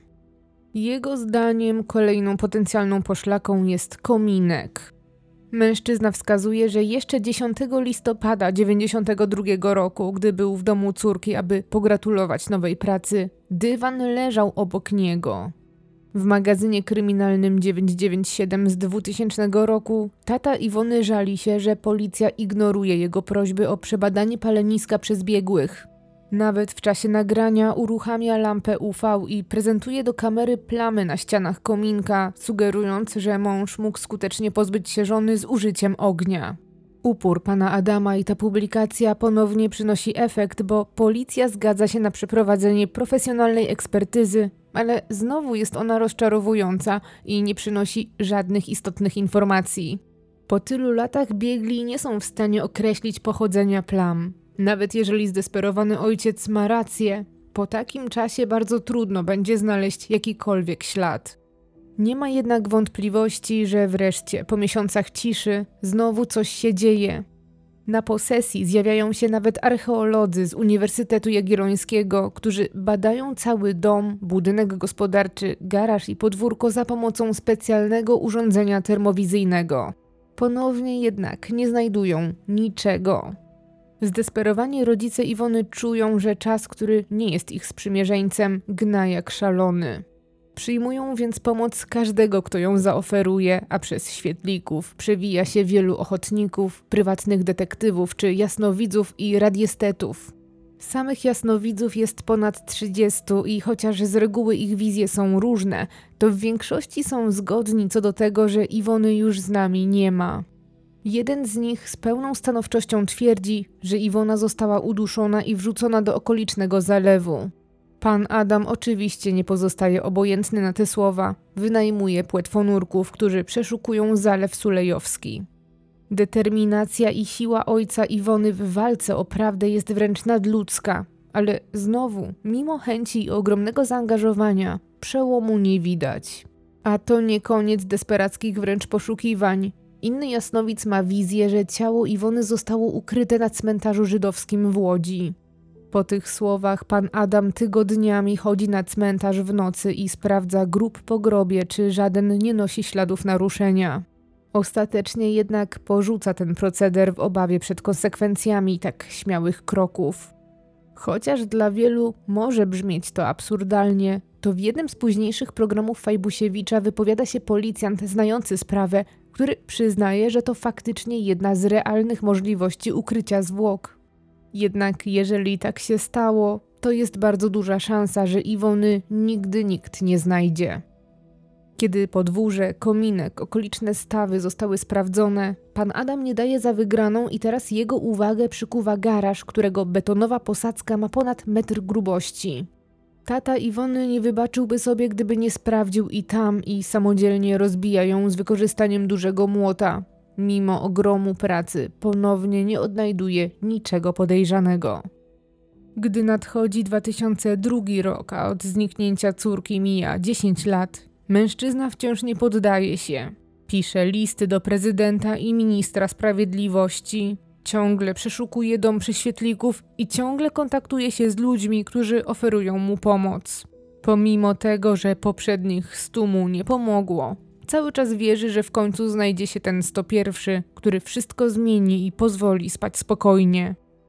Jego zdaniem kolejną potencjalną poszlaką jest kominek. Mężczyzna wskazuje, że jeszcze dziesiątego listopada dziewięćdziesiątego drugiego roku, gdy był w domu córki, aby pogratulować nowej pracy, dywan leżał obok niego. W magazynie kryminalnym dziewięćset dziewięćdziesiąt siedem z dwutysięcznego roku tata Iwony żali się, że policja ignoruje jego prośby o przebadanie paleniska przez biegłych. Nawet w czasie nagrania uruchamia lampę U V i prezentuje do kamery plamy na ścianach kominka, sugerując, że mąż mógł skutecznie pozbyć się żony z użyciem ognia. Upór pana Adama i ta publikacja ponownie przynosi efekt, bo policja zgadza się na przeprowadzenie profesjonalnej ekspertyzy, ale znowu jest ona rozczarowująca i nie przynosi żadnych istotnych informacji. Po tylu latach biegli nie są w stanie określić pochodzenia plam. Nawet jeżeli zdesperowany ojciec ma rację, po takim czasie bardzo trudno będzie znaleźć jakikolwiek ślad. Nie ma jednak wątpliwości, że wreszcie, po miesiącach ciszy, znowu coś się dzieje. Na posesji zjawiają się nawet archeolodzy z Uniwersytetu Jagiellońskiego, którzy badają cały dom, budynek gospodarczy, garaż i podwórko za pomocą specjalnego urządzenia termowizyjnego. Ponownie jednak nie znajdują niczego. Zdesperowani rodzice Iwony czują, że czas, który nie jest ich sprzymierzeńcem, gna jak szalony. Przyjmują więc pomoc każdego, kto ją zaoferuje, a przez świetlików przewija się wielu ochotników, prywatnych detektywów czy jasnowidzów i radiestetów. Samych jasnowidzów jest ponad trzydziestu i chociaż z reguły ich wizje są różne, to w większości są zgodni co do tego, że Iwony już z nami nie ma. Jeden z nich z pełną stanowczością twierdzi, że Iwona została uduszona i wrzucona do okolicznego zalewu. Pan Adam oczywiście nie pozostaje obojętny na te słowa. Wynajmuje płetwonurków, którzy przeszukują Zalew Sulejowski. Determinacja i siła ojca Iwony w walce o prawdę jest wręcz nadludzka, ale znowu, mimo chęci i ogromnego zaangażowania, przełomu nie widać. A to nie koniec desperackich wręcz poszukiwań. Inny jasnowic ma wizję, że ciało Iwony zostało ukryte na cmentarzu żydowskim w Łodzi. Po tych słowach pan Adam tygodniami chodzi na cmentarz w nocy i sprawdza grób po grobie, czy żaden nie nosi śladów naruszenia. Ostatecznie jednak porzuca ten proceder w obawie przed konsekwencjami tak śmiałych kroków. Chociaż dla wielu może brzmieć to absurdalnie, to w jednym z późniejszych programów Fajbusiewicza wypowiada się policjant znający sprawę, który przyznaje, że to faktycznie jedna z realnych możliwości ukrycia zwłok. Jednak jeżeli tak się stało, to jest bardzo duża szansa, że Iwony nigdy nikt nie znajdzie. Kiedy podwórze, kominek, okoliczne stawy zostały sprawdzone, pan Adam nie daje za wygraną i teraz jego uwagę przykuwa garaż, którego betonowa posadzka ma ponad metr grubości. Tata Iwony nie wybaczyłby sobie, gdyby nie sprawdził i tam i samodzielnie rozbija ją z wykorzystaniem dużego młota. Mimo ogromu pracy ponownie nie odnajduje niczego podejrzanego. Gdy nadchodzi dwa tysiące drugi rok, a od zniknięcia córki mija dziesięć lat, mężczyzna wciąż nie poddaje się. Pisze listy do prezydenta i ministra sprawiedliwości, ciągle przeszukuje dom przy świetlików i ciągle kontaktuje się z ludźmi, którzy oferują mu pomoc. Pomimo tego, że poprzednich stu mu nie pomogło, cały czas wierzy, że w końcu znajdzie się ten sto pierwszy, który wszystko zmieni i pozwoli spać spokojnie.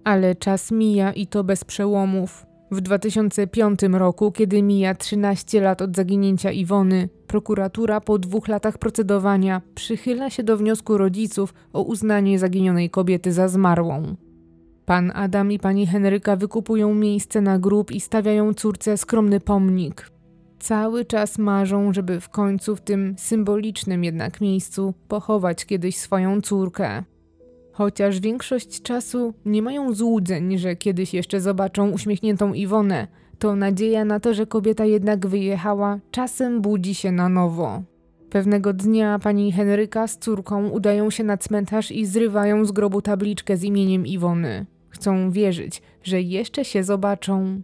Ale czas mija i to bez przełomów. W dwa tysiące piątym roku, kiedy mija trzynaście lat od zaginięcia Iwony, prokuratura po dwóch latach procedowania przychyla się do wniosku rodziców o uznanie zaginionej kobiety za zmarłą. Pan Adam i pani Henryka wykupują miejsce na grób i stawiają córce skromny pomnik. Cały czas marzą, żeby w końcu w tym symbolicznym jednak miejscu pochować kiedyś swoją córkę. Chociaż większość czasu nie mają złudzeń, że kiedyś jeszcze zobaczą uśmiechniętą Iwonę, to nadzieja na to, że kobieta jednak wyjechała, czasem budzi się na nowo. Pewnego dnia pani Henryka z córką udają się na cmentarz i zrywają z grobu tabliczkę z imieniem Iwony. Chcą wierzyć, że jeszcze się zobaczą.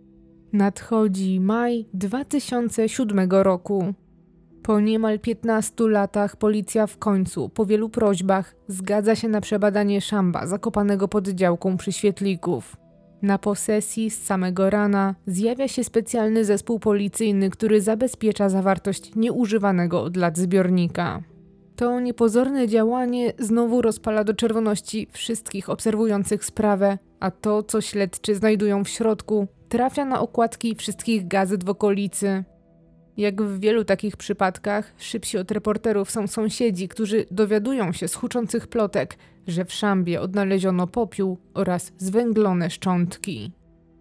Nadchodzi maj dwa tysiące siódmego roku. Po niemal piętnastu latach policja w końcu, po wielu prośbach, zgadza się na przebadanie szamba zakopanego pod działką przy Świetlików. Na posesji z samego rana zjawia się specjalny zespół policyjny, który zabezpiecza zawartość nieużywanego od lat zbiornika. To niepozorne działanie znowu rozpala do czerwoności wszystkich obserwujących sprawę, a to, co śledczy znajdują w środku, trafia na okładki wszystkich gazet w okolicy. Jak w wielu takich przypadkach, szybsi od reporterów są sąsiedzi, którzy dowiadują się z huczących plotek, że w szambie odnaleziono popiół oraz zwęglone szczątki.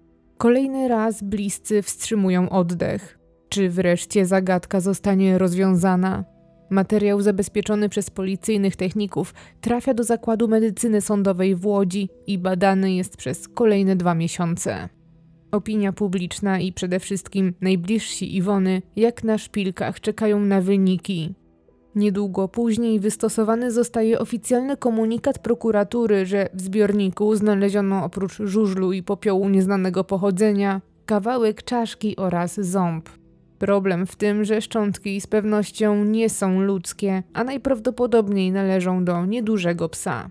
Kolejny raz bliscy wstrzymują oddech. Czy wreszcie zagadka zostanie rozwiązana? Materiał zabezpieczony przez policyjnych techników trafia do Zakładu Medycyny Sądowej w Łodzi i badany jest przez kolejne dwa miesiące. Opinia publiczna i przede wszystkim najbliżsi Iwony jak na szpilkach czekają na wyniki. Niedługo później wystosowany zostaje oficjalny komunikat prokuratury, że w zbiorniku znaleziono oprócz żużlu i popiołu nieznanego pochodzenia kawałek czaszki oraz ząb. Problem w tym, że szczątki z pewnością nie są ludzkie, a najprawdopodobniej należą do niedużego psa.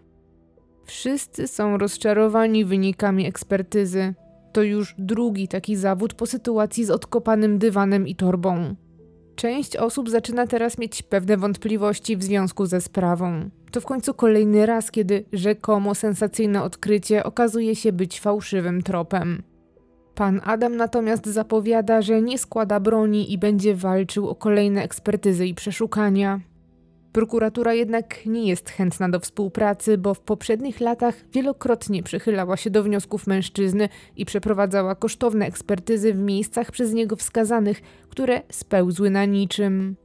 Wszyscy są rozczarowani wynikami ekspertyzy. To już drugi taki zawód po sytuacji z odkopanym dywanem i torbą. Część osób zaczyna teraz mieć pewne wątpliwości w związku ze sprawą. To w końcu kolejny raz, kiedy rzekomo sensacyjne odkrycie okazuje się być fałszywym tropem. Pan Adam natomiast zapowiada, że nie składa broni i będzie walczył o kolejne ekspertyzy i przeszukania. Prokuratura jednak nie jest chętna do współpracy, bo w poprzednich latach wielokrotnie przychylała się do wniosków mężczyzny i przeprowadzała kosztowne ekspertyzy w miejscach przez niego wskazanych, które spełzły na niczym.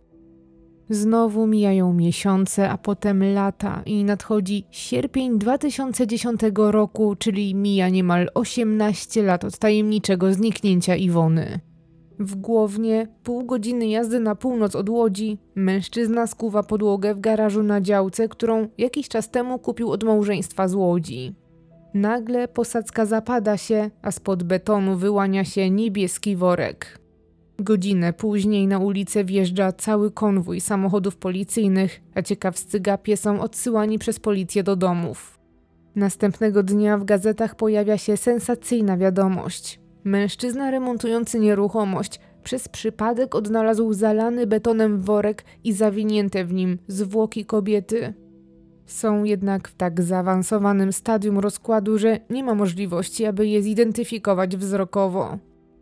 Znowu mijają miesiące, a potem lata i nadchodzi sierpień dwa tysiące dziesiątego roku, czyli mija niemal osiemnaście lat od tajemniczego zniknięcia Iwony. W Głownie, pół godziny jazdy na północ od Łodzi, mężczyzna skuwa podłogę w garażu na działce, którą jakiś czas temu kupił od małżeństwa z Łodzi. Nagle posadzka zapada się, a spod betonu wyłania się niebieski worek. Godzinę później na ulicę wjeżdża cały konwój samochodów policyjnych, a ciekawscy gapie są odsyłani przez policję do domów. Następnego dnia w gazetach pojawia się sensacyjna wiadomość. Mężczyzna remontujący nieruchomość przez przypadek odnalazł zalany betonem worek i zawinięte w nim zwłoki kobiety. Są jednak w tak zaawansowanym stadium rozkładu, że nie ma możliwości, aby je zidentyfikować wzrokowo.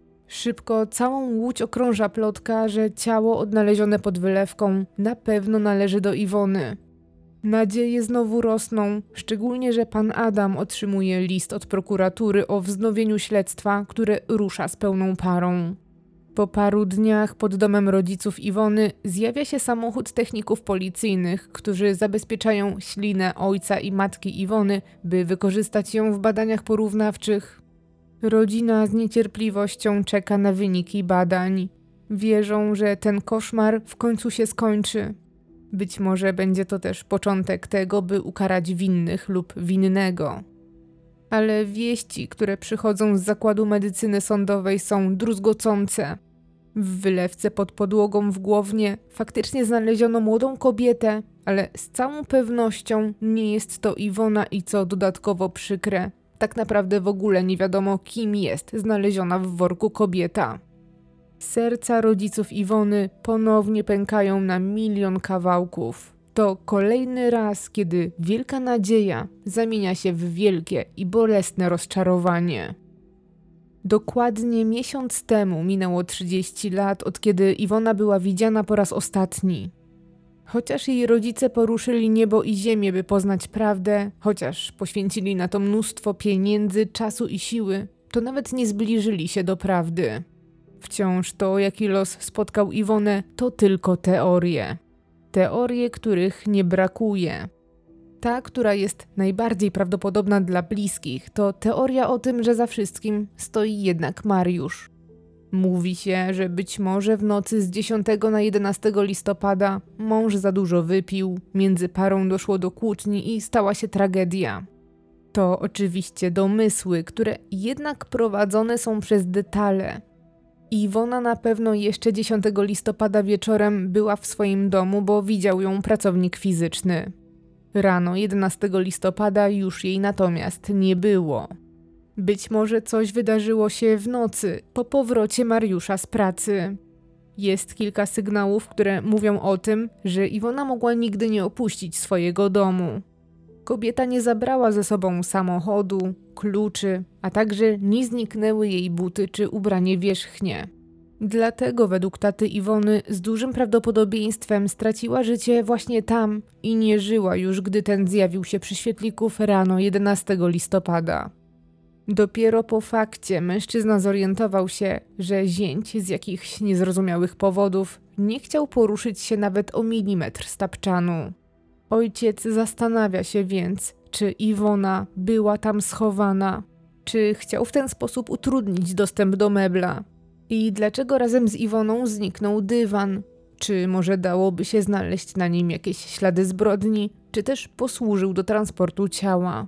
Szybko całą Łódź okrąża plotka, że ciało odnalezione pod wylewką na pewno należy do Iwony. Nadzieje znowu rosną, szczególnie że pan Adam otrzymuje list od prokuratury o wznowieniu śledztwa, które rusza z pełną parą. Po paru dniach pod domem rodziców Iwony zjawia się samochód techników policyjnych, którzy zabezpieczają ślinę ojca i matki Iwony, by wykorzystać ją w badaniach porównawczych. Rodzina z niecierpliwością czeka na wyniki badań. Wierzą, że ten koszmar w końcu się skończy. Być może będzie to też początek tego, by ukarać winnych lub winnego. Ale wieści, które przychodzą z Zakładu Medycyny Sądowej, są druzgocące. W wylewce pod podłogą w Głownie faktycznie znaleziono młodą kobietę, ale z całą pewnością nie jest to Iwona i co dodatkowo przykre, tak naprawdę w ogóle nie wiadomo, kim jest znaleziona w worku kobieta. Serca rodziców Iwony ponownie pękają na milion kawałków. To kolejny raz, kiedy wielka nadzieja zamienia się w wielkie i bolesne rozczarowanie. Dokładnie miesiąc temu minęło trzydzieści lat, od kiedy Iwona była widziana po raz ostatni. Chociaż jej rodzice poruszyli niebo i ziemię, by poznać prawdę, chociaż poświęcili na to mnóstwo pieniędzy, czasu i siły, to nawet nie zbliżyli się do prawdy. Wciąż to, jaki los spotkał Iwonę, to tylko teorie. Teorie, których nie brakuje. Ta, która jest najbardziej prawdopodobna dla bliskich, to teoria o tym, że za wszystkim stoi jednak Mariusz. Mówi się, że być może w nocy z dziesiątego na jedenastego listopada mąż za dużo wypił, między parą doszło do kłótni i stała się tragedia. To oczywiście domysły, które jednak prowadzone są przez detale. Iwona na pewno jeszcze dziesiątego listopada wieczorem była w swoim domu, bo widział ją pracownik fizyczny. Rano jedenastego listopada już jej natomiast nie było. Być może coś wydarzyło się w nocy, po powrocie Mariusza z pracy. Jest kilka sygnałów, które mówią o tym, że Iwona mogła nigdy nie opuścić swojego domu. Kobieta nie zabrała ze sobą samochodu, kluczy, a także nie zniknęły jej buty czy ubranie wierzchnie. Dlatego według taty Iwony z dużym prawdopodobieństwem straciła życie właśnie tam i nie żyła już, gdy ten zjawił się przy świetlików rano jedenastego listopada. Dopiero po fakcie mężczyzna zorientował się, że zięć z jakichś niezrozumiałych powodów nie chciał poruszyć się nawet o milimetr z tapczanu. Ojciec zastanawia się więc, czy Iwona była tam schowana, czy chciał w ten sposób utrudnić dostęp do mebla i dlaczego razem z Iwoną zniknął dywan, czy może dałoby się znaleźć na nim jakieś ślady zbrodni, czy też posłużył do transportu ciała.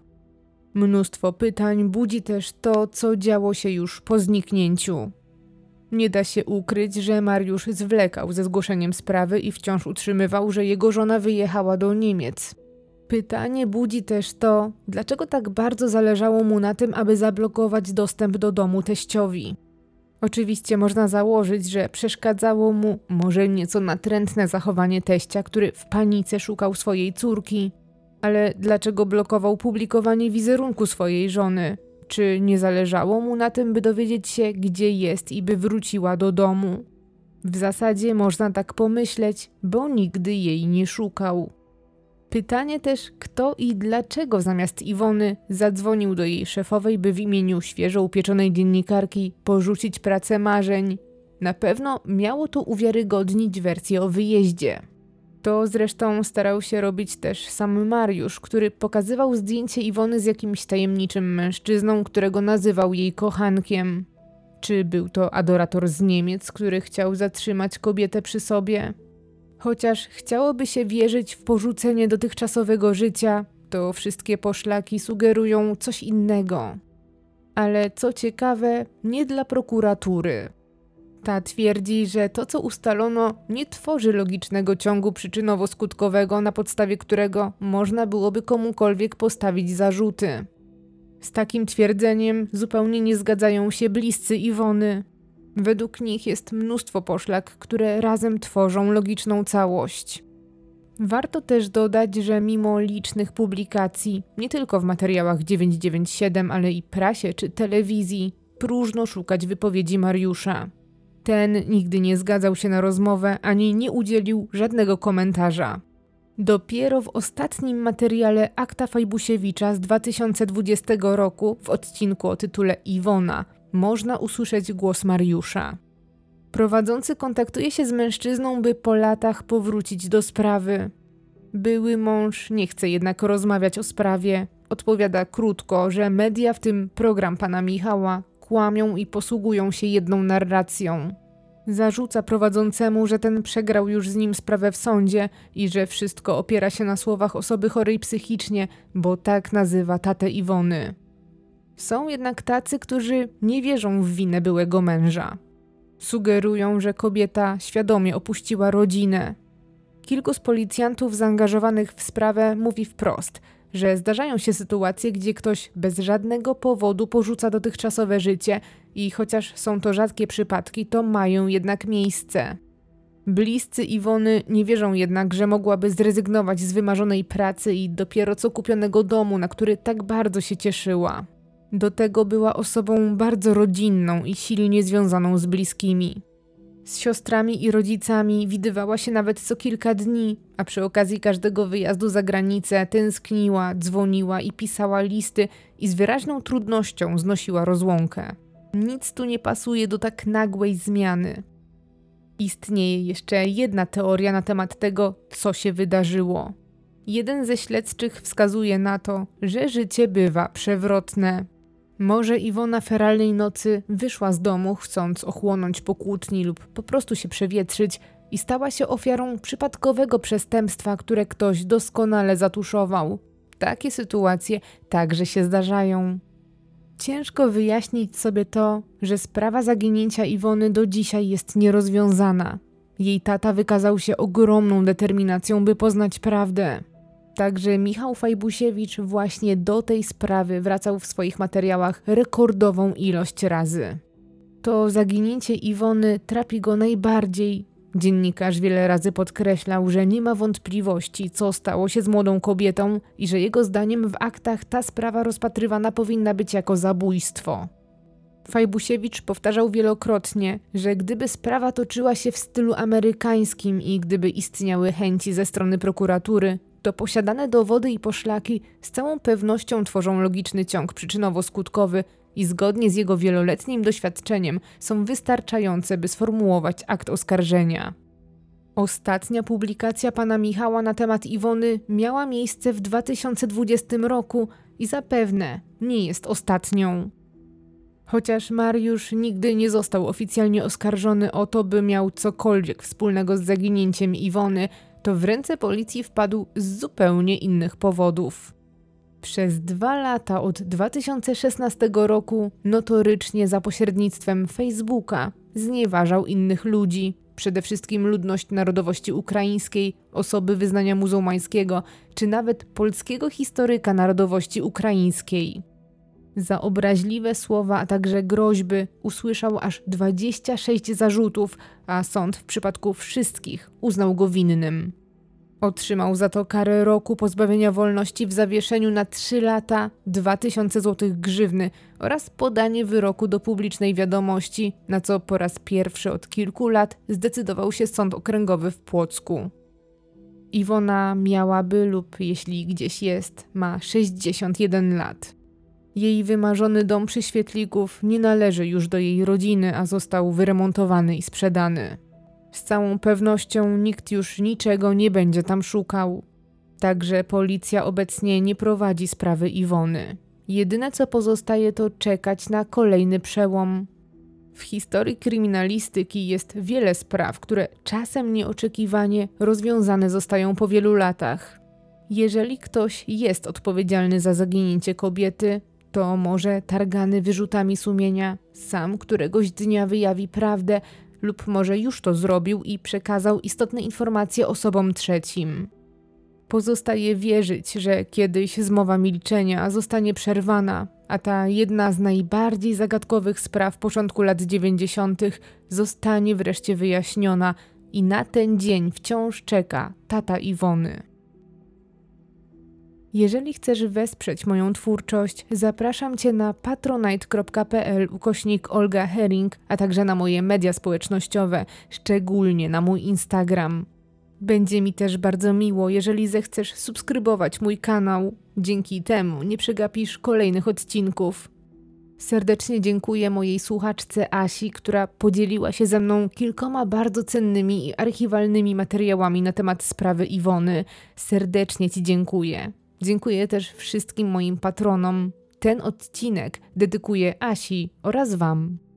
Mnóstwo pytań budzi też to, co działo się już po zniknięciu. Nie da się ukryć, że Mariusz zwlekał ze zgłoszeniem sprawy i wciąż utrzymywał, że jego żona wyjechała do Niemiec. Pytanie budzi też to, dlaczego tak bardzo zależało mu na tym, aby zablokować dostęp do domu teściowi. Oczywiście można założyć, że przeszkadzało mu może nieco natrętne zachowanie teścia, który w panice szukał swojej córki. Ale dlaczego blokował publikowanie wizerunku swojej żony? Czy nie zależało mu na tym, by dowiedzieć się, gdzie jest i by wróciła do domu? W zasadzie można tak pomyśleć, bo nigdy jej nie szukał. Pytanie też, kto i dlaczego zamiast Iwony zadzwonił do jej szefowej, by w imieniu świeżo upieczonej dziennikarki porzucić pracę marzeń. Na pewno miało to uwiarygodnić wersję o wyjeździe. To zresztą starał się robić też sam Mariusz, który pokazywał zdjęcie Iwony z jakimś tajemniczym mężczyzną, którego nazywał jej kochankiem. Czy był to adorator z Niemiec, który chciał zatrzymać kobietę przy sobie? Chociaż chciałoby się wierzyć w porzucenie dotychczasowego życia, to wszystkie poszlaki sugerują coś innego. Ale co ciekawe, nie dla prokuratury. Ta twierdzi, że to, co ustalono, nie tworzy logicznego ciągu przyczynowo-skutkowego, na podstawie którego można byłoby komukolwiek postawić zarzuty. Z takim twierdzeniem zupełnie nie zgadzają się bliscy Iwony. Według nich jest mnóstwo poszlak, które razem tworzą logiczną całość. Warto też dodać, że mimo licznych publikacji, nie tylko w materiałach dziewięćset dziewięćdziesiąt siedem, ale i prasie czy telewizji, próżno szukać wypowiedzi Mariusza. Ten nigdy nie zgadzał się na rozmowę, ani nie udzielił żadnego komentarza. Dopiero w ostatnim materiale Akta Fajbusiewicza z dwa tysiące dwudziestego roku, w odcinku o tytule Iwona, można usłyszeć głos Mariusza. Prowadzący kontaktuje się z mężczyzną, by po latach powrócić do sprawy. Były mąż nie chce jednak rozmawiać o sprawie. Odpowiada krótko, że media, w tym program pana Michała, kłamią i posługują się jedną narracją. Zarzuca prowadzącemu, że ten przegrał już z nim sprawę w sądzie i że wszystko opiera się na słowach osoby chorej psychicznie, bo tak nazywa tatę Iwony. Są jednak tacy, którzy nie wierzą w winę byłego męża. Sugerują, że kobieta świadomie opuściła rodzinę. Kilku z policjantów zaangażowanych w sprawę mówi wprost, że zdarzają się sytuacje, gdzie ktoś bez żadnego powodu porzuca dotychczasowe życie i chociaż są to rzadkie przypadki, to mają jednak miejsce. Bliscy Iwony nie wierzą jednak, że mogłaby zrezygnować z wymarzonej pracy i dopiero co kupionego domu, na który tak bardzo się cieszyła. Do tego była osobą bardzo rodzinną i silnie związaną z bliskimi. Z siostrami i rodzicami widywała się nawet co kilka dni, a przy okazji każdego wyjazdu za granicę tęskniła, dzwoniła i pisała listy i z wyraźną trudnością znosiła rozłąkę. Nic tu nie pasuje do tak nagłej zmiany. Istnieje jeszcze jedna teoria na temat tego, co się wydarzyło. Jeden ze śledczych wskazuje na to, że życie bywa przewrotne. Może Iwona feralnej nocy wyszła z domu, chcąc ochłonąć po kłótni lub po prostu się przewietrzyć i stała się ofiarą przypadkowego przestępstwa, które ktoś doskonale zatuszował. Takie sytuacje także się zdarzają. Ciężko wyjaśnić sobie to, że sprawa zaginięcia Iwony do dzisiaj jest nierozwiązana. Jej tata wykazał się ogromną determinacją, by poznać prawdę. Także Michał Fajbusiewicz właśnie do tej sprawy wracał w swoich materiałach rekordową ilość razy. To zaginięcie Iwony trapi go najbardziej. Dziennikarz wiele razy podkreślał, że nie ma wątpliwości, co stało się z młodą kobietą i że jego zdaniem w aktach ta sprawa rozpatrywana powinna być jako zabójstwo. Fajbusiewicz powtarzał wielokrotnie, że gdyby sprawa toczyła się w stylu amerykańskim i gdyby istniały chęci ze strony prokuratury, to posiadane dowody i poszlaki z całą pewnością tworzą logiczny ciąg przyczynowo-skutkowy i zgodnie z jego wieloletnim doświadczeniem są wystarczające, by sformułować akt oskarżenia. Ostatnia publikacja pana Michała na temat Iwony miała miejsce w dwa tysiące dwudziestym roku i zapewne nie jest ostatnią. Chociaż Mariusz nigdy nie został oficjalnie oskarżony o to, by miał cokolwiek wspólnego z zaginięciem Iwony, to w ręce policji wpadł z zupełnie innych powodów. Przez dwa lata od dwa tysiące szesnastego roku notorycznie za pośrednictwem Facebooka znieważał innych ludzi, przede wszystkim ludność narodowości ukraińskiej, osoby wyznania muzułmańskiego, czy nawet polskiego historyka narodowości ukraińskiej. Za obraźliwe słowa, a także groźby usłyszał aż dwadzieścia sześć zarzutów, a sąd w przypadku wszystkich uznał go winnym. Otrzymał za to karę roku pozbawienia wolności w zawieszeniu na trzy lata, dwa tysiące złotych grzywny oraz podanie wyroku do publicznej wiadomości, na co po raz pierwszy od kilku lat zdecydował się Sąd Okręgowy w Płocku. Iwona miałaby lub jeśli gdzieś jest, ma sześćdziesiąt jeden lat. Jej wymarzony dom przy Świetlików nie należy już do jej rodziny, a został wyremontowany i sprzedany. Z całą pewnością nikt już niczego nie będzie tam szukał. Także policja obecnie nie prowadzi sprawy Iwony. Jedyne co pozostaje to czekać na kolejny przełom. W historii kryminalistyki jest wiele spraw, które czasem nieoczekiwanie rozwiązane zostają po wielu latach. Jeżeli ktoś jest odpowiedzialny za zaginięcie kobiety, to może targany wyrzutami sumienia sam któregoś dnia wyjawi prawdę lub może już to zrobił i przekazał istotne informacje osobom trzecim. Pozostaje wierzyć, że kiedyś zmowa milczenia zostanie przerwana, a ta jedna z najbardziej zagadkowych spraw początku lat dziewięćdziesiątych zostanie wreszcie wyjaśniona i na ten dzień wciąż czeka tata Iwony. Jeżeli chcesz wesprzeć moją twórczość, zapraszam Cię na patronite.pl ukośnik Olga Hering, a także na moje media społecznościowe, szczególnie na mój Instagram. Będzie mi też bardzo miło, jeżeli zechcesz subskrybować mój kanał. Dzięki temu nie przegapisz kolejnych odcinków. Serdecznie dziękuję mojej słuchaczce Asi, która podzieliła się ze mną kilkoma bardzo cennymi i archiwalnymi materiałami na temat sprawy Iwony. Serdecznie Ci dziękuję. Dziękuję też wszystkim moim patronom. Ten odcinek dedykuję Asi oraz Wam.